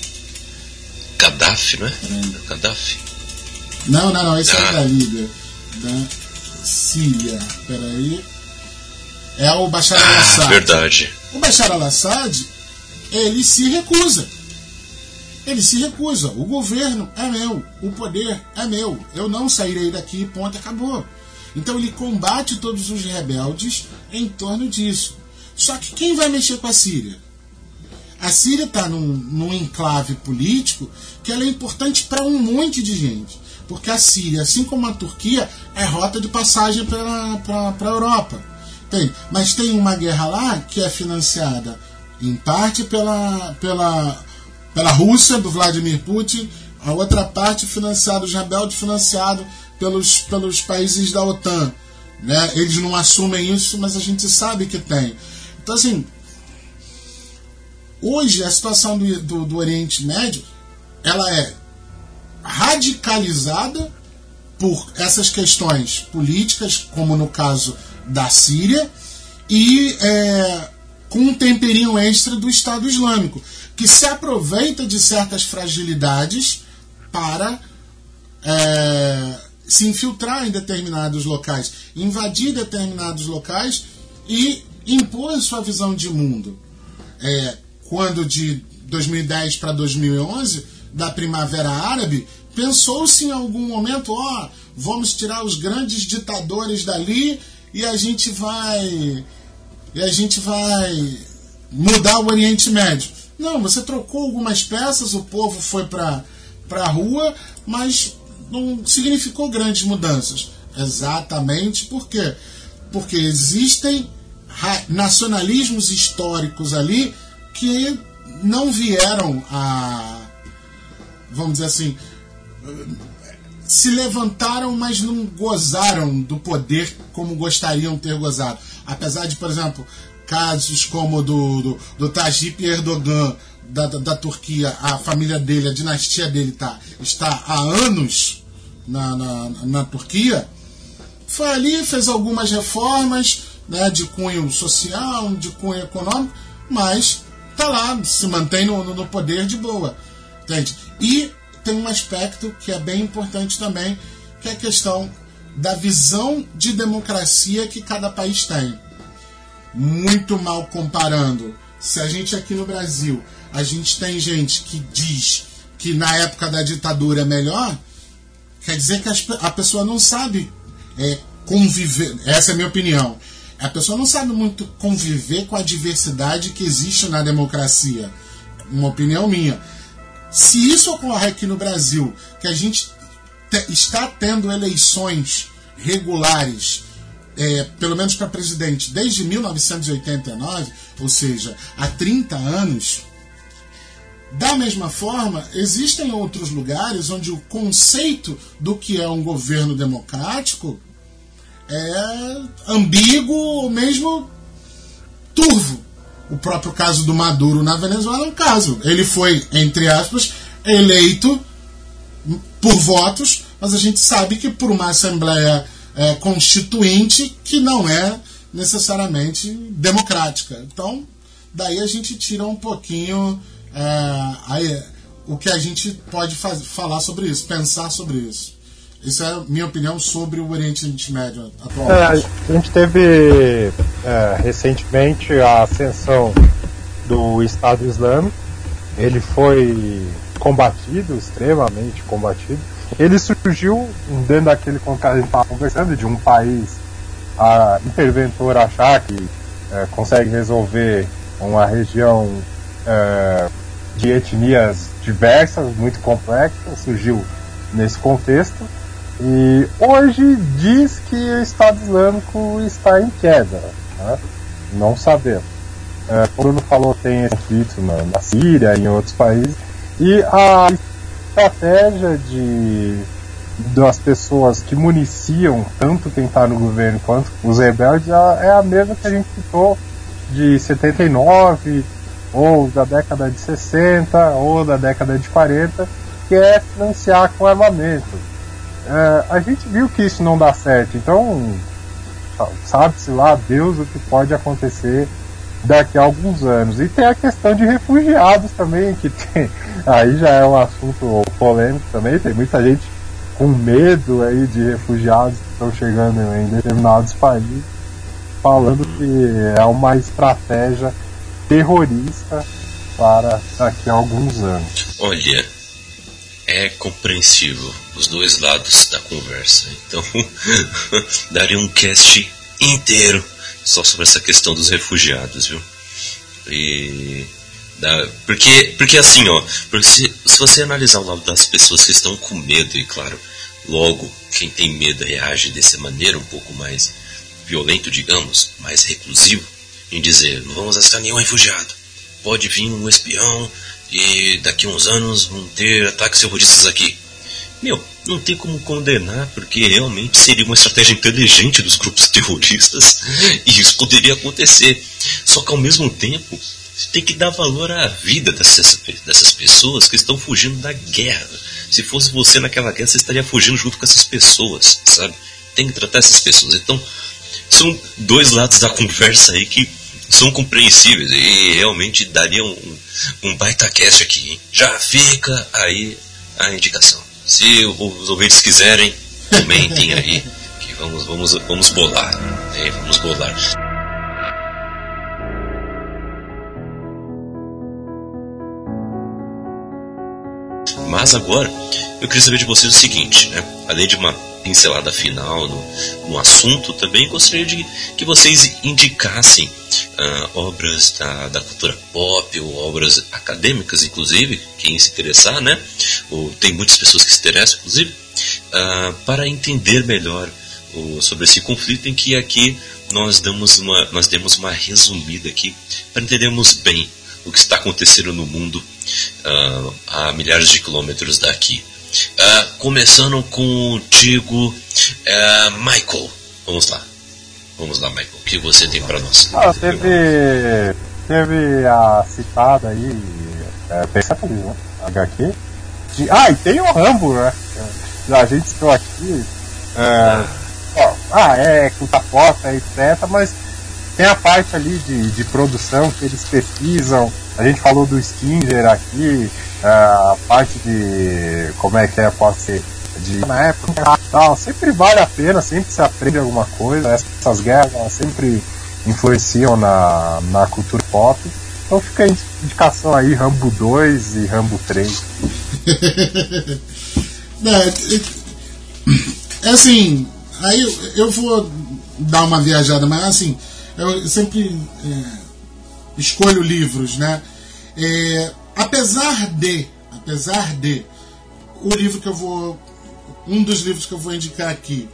Gaddafi, não é? É o Gaddafi? Não, não, não, esse ah. é da Líbia. Da Síria. Peraí. É o Bashar ah, al-Assad. Verdade. O Bashar al-Assad, ele se recusa. Ele se recusa. O governo é meu. O poder é meu. Eu não sairei daqui, ponto, acabou. Então ele combate todos os rebeldes em torno disso. Só que quem vai mexer com a Síria? A Síria está num, num enclave político que ela é importante para um monte de gente. Porque a Síria, assim como a Turquia, é rota de passagem para a Europa. Entende? Mas tem uma guerra lá que é financiada em parte pela, pela, pela Rússia, do Vladimir Putin, a outra parte financiada, os rebeldes financiados pelos, pelos países da OTAN. Né? Eles não assumem isso, mas a gente sabe que tem. Então, assim, hoje a situação do, do, do Oriente Médio, ela é radicalizada por essas questões políticas, como no caso da Síria, e é, com um temperinho extra do Estado Islâmico, que se aproveita de certas fragilidades para é, se infiltrar em determinados locais, invadir determinados locais e impor sua visão de mundo. É, quando de dois mil e dez para dois mil e onze, da Primavera Árabe, pensou-se em algum momento, ó, vamos tirar os grandes ditadores dali e a gente vai e a gente vai mudar o Oriente Médio. Não, você trocou algumas peças, o povo foi para a rua, mas não significou grandes mudanças. Exatamente por quê? Porque existem nacionalismos históricos ali que não vieram a, vamos dizer assim, se levantaram, mas não gozaram do poder como gostariam ter gozado. Apesar de, por exemplo, casos como o do, do, do Tayyip Erdogan, da, da, da Turquia, a família dele, a dinastia dele tá, está há anos na, na, na Turquia, foi ali, fez algumas reformas, né, de cunho social, de cunho econômico, mas está lá, se mantém no, no poder de boa. Entende? E tem um aspecto que é bem importante também, que é a questão da visão de democracia que cada país tem. Muito mal comparando. Se a gente aqui no Brasil, a gente tem gente que diz que na época da ditadura é melhor, quer dizer que a pessoa não sabe é, conviver. Essa é a minha opinião. A pessoa não sabe muito conviver com a diversidade que existe na democracia. Uma opinião minha. Se isso ocorre aqui no Brasil, que a gente te, está tendo eleições regulares, é, pelo menos para presidente, desde mil novecentos e oitenta e nove, ou seja, há trinta anos, da mesma forma, existem outros lugares onde o conceito do que é um governo democrático é ambíguo ou mesmo turvo. O próprio caso do Maduro na Venezuela é um caso. Ele foi, entre aspas, eleito por votos, mas a gente sabe que por uma Assembleia é, Constituinte que não é necessariamente democrática. Então, daí a gente tira um pouquinho é, aí, o que a gente pode faz, falar sobre isso, pensar sobre isso. Isso é a minha opinião sobre o Oriente Médio atualmente. É, a gente teve é, recentemente a ascensão do Estado Islâmico. Ele foi combatido, extremamente combatido. Ele surgiu dentro daquele contexto que a gente estava conversando, de um país a, interventor achar que é, consegue resolver uma região é, de etnias diversas, muito complexa, surgiu nesse contexto. E hoje diz que o Estado Islâmico está em queda, né? Não sabemos. É, o Bruno falou que tem conflito na, na Síria e em outros países, e a estratégia de, das pessoas que municiam tanto quem está no governo quanto os rebeldes é a mesma que a gente citou de setenta e nove, ou da década de sessenta, ou da década de quarenta, que é financiar com armamento. é, a gente viu que isso não dá certo, então sabe-se lá Deus o que pode acontecer daqui a alguns anos. E tem a questão de refugiados também, que tem, aí já é um assunto polêmico também, tem muita gente com medo aí de refugiados que estão chegando em determinados países, falando que é uma estratégia terrorista para daqui a alguns anos. Olha, é compreensível os dois lados da conversa, então daria um cast inteiro só sobre essa questão dos refugiados, viu? E da, porque, porque assim, ó, porque se, se você analisar o lado das pessoas que estão com medo, e claro, logo quem tem medo reage dessa maneira um pouco mais violento, digamos, mais reclusivo, em dizer, não vamos aceitar nenhum refugiado, pode vir um espião e daqui a uns anos vão ter ataques terroristas aqui. Meu, não tem como condenar, porque realmente seria uma estratégia inteligente dos grupos terroristas e isso poderia acontecer. Só que ao mesmo tempo, você tem que dar valor à vida dessas, dessas pessoas que estão fugindo da guerra. Se fosse você naquela guerra, você estaria fugindo junto com essas pessoas, sabe? Tem que tratar essas pessoas. Então, são dois lados da conversa aí que são compreensíveis e realmente daria um, um baita cast aqui, hein? Já fica aí a indicação. Se os ouvintes quiserem, comentem aí, que vamos, vamos, vamos bolar, né? Vamos bolar. Mas agora, eu queria saber de vocês o seguinte, né? Além de uma pincelada final no, no assunto, também gostaria de que vocês indicassem uh, obras da, da cultura pop, ou obras acadêmicas, inclusive, quem se interessar, né? Ou, tem muitas pessoas que se interessam, inclusive, uh, para entender melhor o, sobre esse conflito, em que aqui nós damos uma, nós demos uma resumida aqui, para entendermos bem o que está acontecendo no mundo uh, a milhares de quilômetros daqui. Uh, começando contigo, uh, Michael. Vamos lá. Vamos lá, Michael. O que você tem para nós? Ah, teve, teve a citada aí, é, Persepolis, né? H Q. De, ah, e tem o Rambo, né? A gente estou aqui. É, ah. Ó, ah, é, culta foto, etcétera. Mas tem a parte ali de, de produção que eles pesquisam. A gente falou do Stinger aqui. A parte de como é que é, pode ser de na época tal, sempre vale a pena, sempre se aprende alguma coisa. Essas guerras elas sempre influenciam na, na cultura pop. Então fica a indicação aí, Rambo dois e Rambo três. É assim, aí eu, eu vou dar uma viajada, mas assim, eu sempre é, escolho livros, né? É, Apesar de, apesar de, o livro que eu vou, um dos livros que eu vou indicar aqui,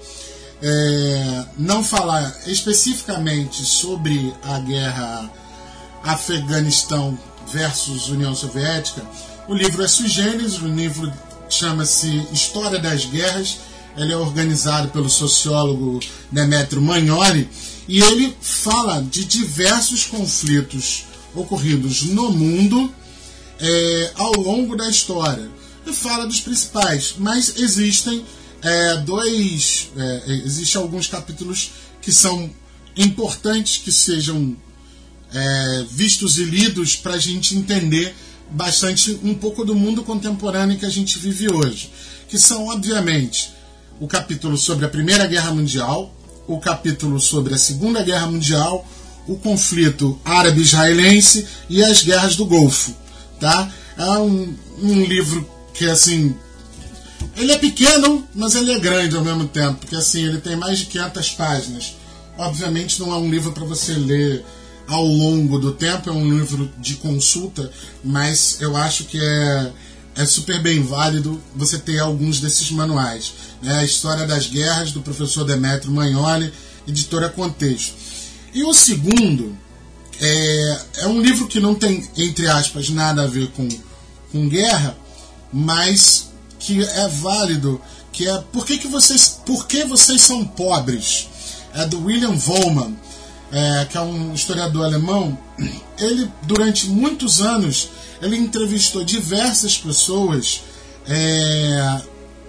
é, não falar especificamente sobre a guerra Afeganistão versus União Soviética, o livro é sui generis, o livro chama-se História das Guerras, ele é organizado pelo sociólogo Demetrio Magnoli, e ele fala de diversos conflitos ocorridos no mundo, É, ao longo da história, e fala dos principais, mas existem é, dois é, existem alguns capítulos que são importantes que sejam é, vistos e lidos para a gente entender bastante um pouco do mundo contemporâneo que a gente vive hoje, que são obviamente o capítulo sobre a Primeira Guerra Mundial, o capítulo sobre a Segunda Guerra Mundial, o conflito árabe-israelense e as guerras do Golfo. Tá? É um, um livro que assim, ele é pequeno, mas ele é grande ao mesmo tempo, porque assim, ele tem mais de quinhentas páginas. Obviamente não é um livro para você ler ao longo do tempo, é um livro de consulta, mas eu acho que é, é super bem válido você ter alguns desses manuais, né? A História das Guerras, do professor Demetrio Magnoli, editora Contexto. E o segundo É, é um livro que não tem, entre aspas, nada a ver com, com guerra, mas que é válido, que é Por que, que, vocês, por que vocês são pobres? É do William Vollmann, é, que é um historiador alemão. Ele, durante muitos anos, ele entrevistou diversas pessoas é,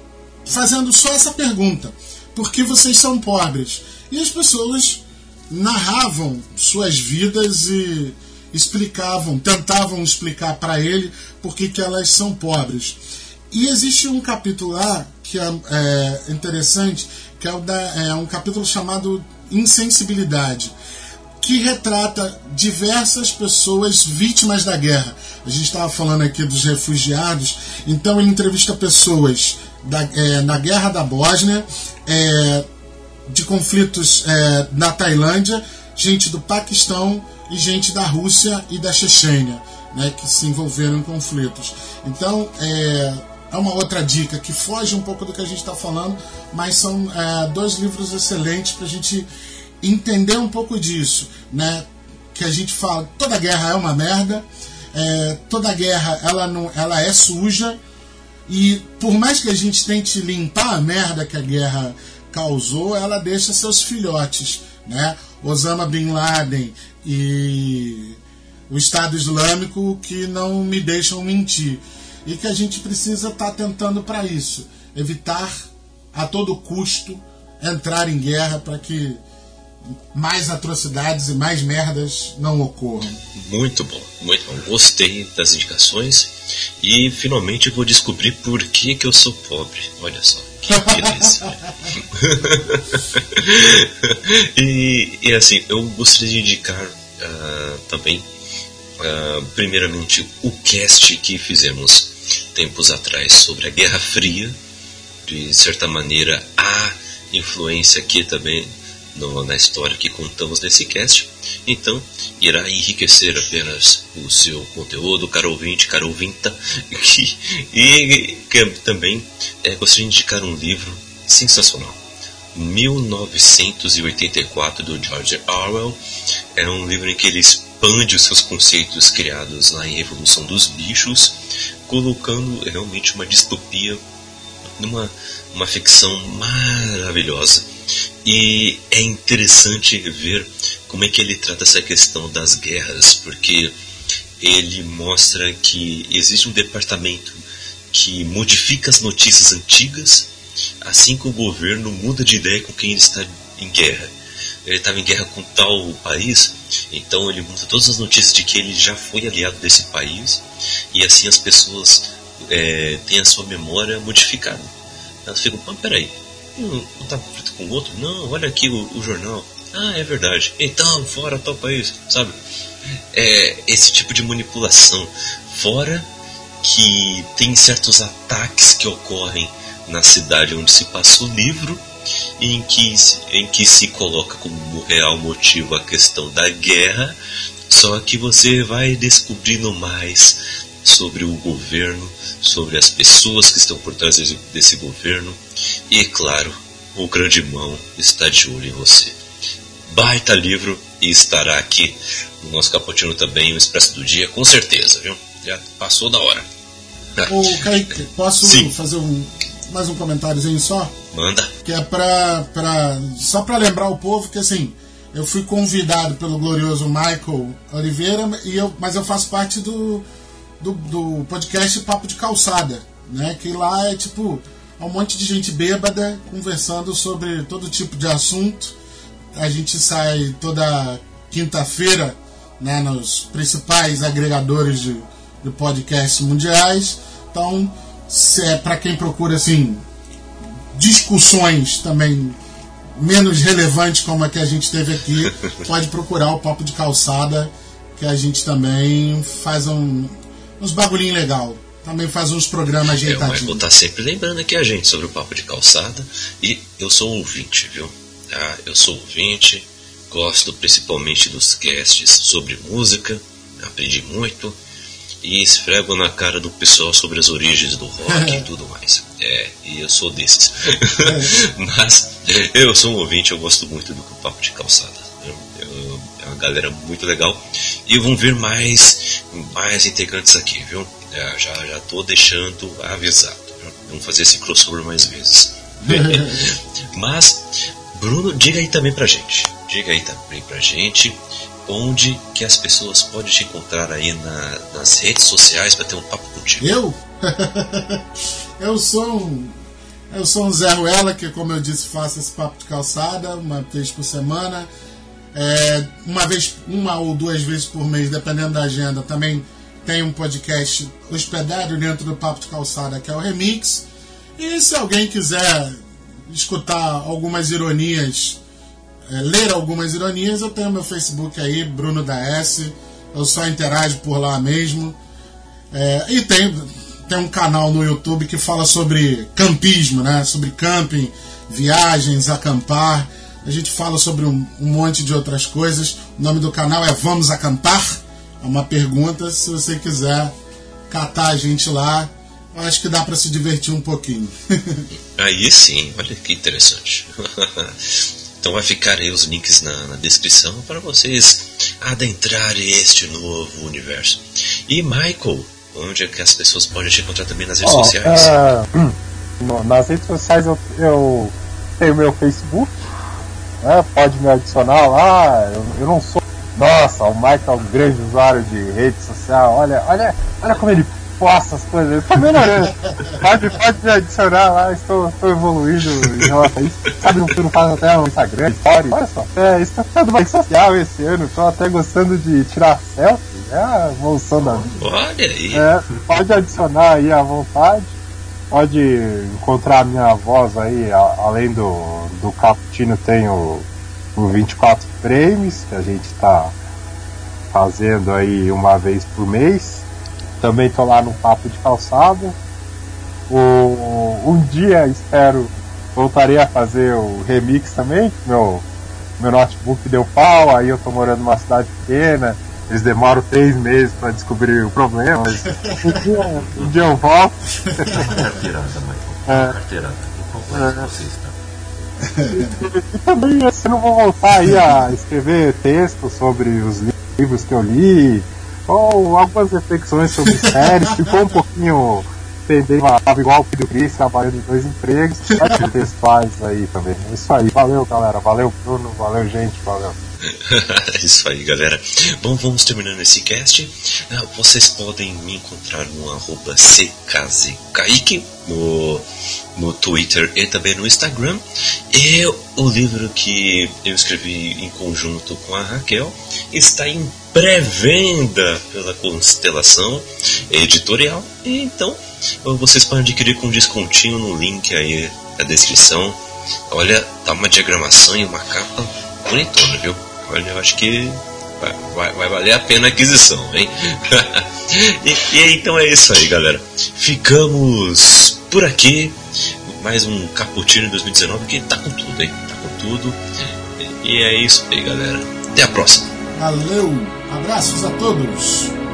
fazendo só essa pergunta: por que vocês são pobres? E as pessoas narravam suas vidas e explicavam, tentavam explicar para ele por que que elas são pobres. E existe um capítulo lá que é, é interessante, que é, o da, é um capítulo chamado Insensibilidade, que retrata diversas pessoas vítimas da guerra. A gente estava falando aqui dos refugiados, então ele entrevista pessoas da, é, na guerra da Bósnia, é, de conflitos é, na Tailândia, gente do Paquistão e gente da Rússia e da Chechênia, né, que se envolveram em conflitos. Então, é, é uma outra dica que foge um pouco do que a gente está falando, mas são é, dois livros excelentes para a gente entender um pouco disso, né? Que a gente fala, toda guerra é uma merda, é, toda guerra ela, não, ela é suja, e por mais que a gente tente limpar a merda que a guerra causou, ela deixa seus filhotes, né? Osama Bin Laden e o Estado Islâmico que não me deixam mentir, e que a gente precisa estar tá tentando para isso, evitar a todo custo entrar em guerra para que mais atrocidades e mais merdas não ocorram. Muito bom, muito bom. Gostei das indicações e finalmente vou descobrir por que que eu sou pobre. Olha só, que beleza. e, e assim, eu gostaria de indicar uh, também, uh, primeiramente, o cast que fizemos tempos atrás sobre a Guerra Fria. De certa maneira, há influência aqui também No, na história que contamos nesse cast, então irá enriquecer apenas o seu conteúdo, caro ouvinte, caro ouvinta, e, e que também é, gostaria de indicar um livro sensacional, mil novecentos e oitenta e quatro, do George Orwell. É um livro em que ele expande os seus conceitos criados lá em Revolução dos Bichos, colocando realmente uma distopia numa uma ficção maravilhosa. E é interessante ver como é que ele trata essa questão das guerras, porque ele mostra que existe um departamento que modifica as notícias antigas assim que o governo muda de ideia com quem ele está em guerra. Ele estava em guerra com tal país, então ele muda todas as notícias de que ele já foi aliado desse país, e assim as pessoas é, têm a sua memória modificada. Elas ficam, ah, peraí, não está conflito com o outro? Não, olha aqui o, o jornal. Ah, é verdade. Então, fora tal país, sabe? É esse tipo de manipulação. Fora que tem certos ataques que ocorrem na cidade onde se passa o livro, em que, em que se coloca como real motivo a questão da guerra, só que você vai descobrindo mais sobre o governo, sobre as pessoas que estão por trás desse governo, e claro, o grande irmão está de olho em você. Baita livro, e estará aqui no nosso Cappuccino também, o Expresso do Dia, com certeza, viu? Já passou da hora. Ô Kaique, posso Sim. fazer um, mais um comentáriozinho só? Manda. Que é pra, pra, só para lembrar o povo que assim, eu fui convidado pelo glorioso Michael Oliveira, e eu, mas eu faço parte do Do, do podcast Papo de Calçada, né? Que lá é tipo um monte de gente bêbada conversando sobre todo tipo de assunto. A gente sai toda quinta-feira, né, nos principais agregadores de, de podcasts mundiais. Então, se é para quem procura assim discussões também menos relevantes como a que a gente teve aqui, pode procurar o Papo de Calçada, que a gente também faz um uns bagulhinhos legal. Também faz uns programas ajeitadinhos. Eu vou estar sempre lembrando aqui a gente sobre o Papo de Calçada. E eu sou ouvinte, viu? Ah, eu sou ouvinte, gosto principalmente dos casts sobre música, aprendi muito, e esfrego na cara do pessoal sobre as origens do rock e tudo mais. É, e eu sou desses. Mas eu sou um ouvinte, eu gosto muito do Papo de Calçada. Eu, é uma galera muito legal. E vão vir mais, mais integrantes aqui, viu? É, já, já tô deixando avisado. Viu? Vamos fazer esse crossover mais vezes. Mas, Bruno, diga aí também pra gente. Diga aí também pra gente onde que as pessoas podem te encontrar aí na, nas redes sociais para ter um papo contigo. Eu? Eu sou um... Eu sou o Zé Ruela, que, como eu disse, faço esse papo de calçada uma vez por semana. É, uma vez, uma ou duas vezes por mês, dependendo da agenda. Também tem um podcast hospedado dentro do Papo de Calçada, que é o Remix. E se alguém quiser escutar algumas ironias, é, ler algumas ironias, eu tenho meu Facebook aí, Bruno da S. Eu só interajo por lá mesmo. É, e tem, tem um canal no YouTube que fala sobre campismo, né? Sobre camping, viagens, acampar. A gente fala sobre um, um monte de outras coisas. O nome do canal é Vamos Acampar? É uma pergunta. Se você quiser catar a gente lá, eu acho que dá para se divertir um pouquinho. Aí sim, olha que interessante. Então vai ficar aí os links na, na descrição para vocês adentrarem este novo universo. E Michael, onde é que as pessoas podem te encontrar também nas redes oh, sociais? Uh, nas redes sociais eu, eu tenho meu Facebook. É, pode me adicionar lá. Eu, eu não sou. Nossa, o Michael é um grande usuário de rede social. Olha, olha, olha como ele posta as coisas. Ele tá melhorando. pode, pode me adicionar lá. Estou, estou evoluindo em relação a isso. Sabe o que eu não faço até no Instagram? Story. Olha só, é, estou ficando mais social esse ano. Estou até gostando de tirar selfie. É a evolução da vida. Olha aí. É, pode adicionar aí à vontade. Pode encontrar a minha voz aí, a, além do, do Cappuccino, tem o, o vinte e quatro frames, que a gente está fazendo aí uma vez por mês. Também estou lá no Papo de Calçada. O, um dia, espero, voltarei a fazer o remix também. Meu, meu notebook deu pau, aí eu estou morando numa cidade pequena. Eles demoram três meses para descobrir o problema, mas um dia, um dia eu volto. Carteirada, Michael. É. Carteirada. Em qual país é. você está? E, e também assim, eu não vou voltar aí a escrever textos sobre os livros que eu li, ou algumas reflexões sobre séries. Ficou um pouquinho pendente, estava igual o Pedro Cris, trabalhando em dois empregos. Vai ter textuais aí também. É isso aí. Valeu, galera. Valeu, Bruno. Valeu, gente. Valeu. Isso aí, galera. Bom, vamos terminando esse cast. Vocês podem me encontrar no arroba ckzkaique no, no Twitter e também no Instagram. E o livro que eu escrevi em conjunto com a Raquel está em pré-venda pela Constelação Editorial. E então vocês podem adquirir com descontinho no link aí na descrição. Olha, tá uma diagramação e uma capa bonitona, viu? Olha, eu acho que vai, vai, vai valer a pena a aquisição, hein? e, e então é isso aí, galera. Ficamos por aqui. Mais um Cappuccino dois mil e dezenove que tá com tudo, hein? Tá com tudo. E é isso aí, galera. Até a próxima. Valeu. Abraços a todos.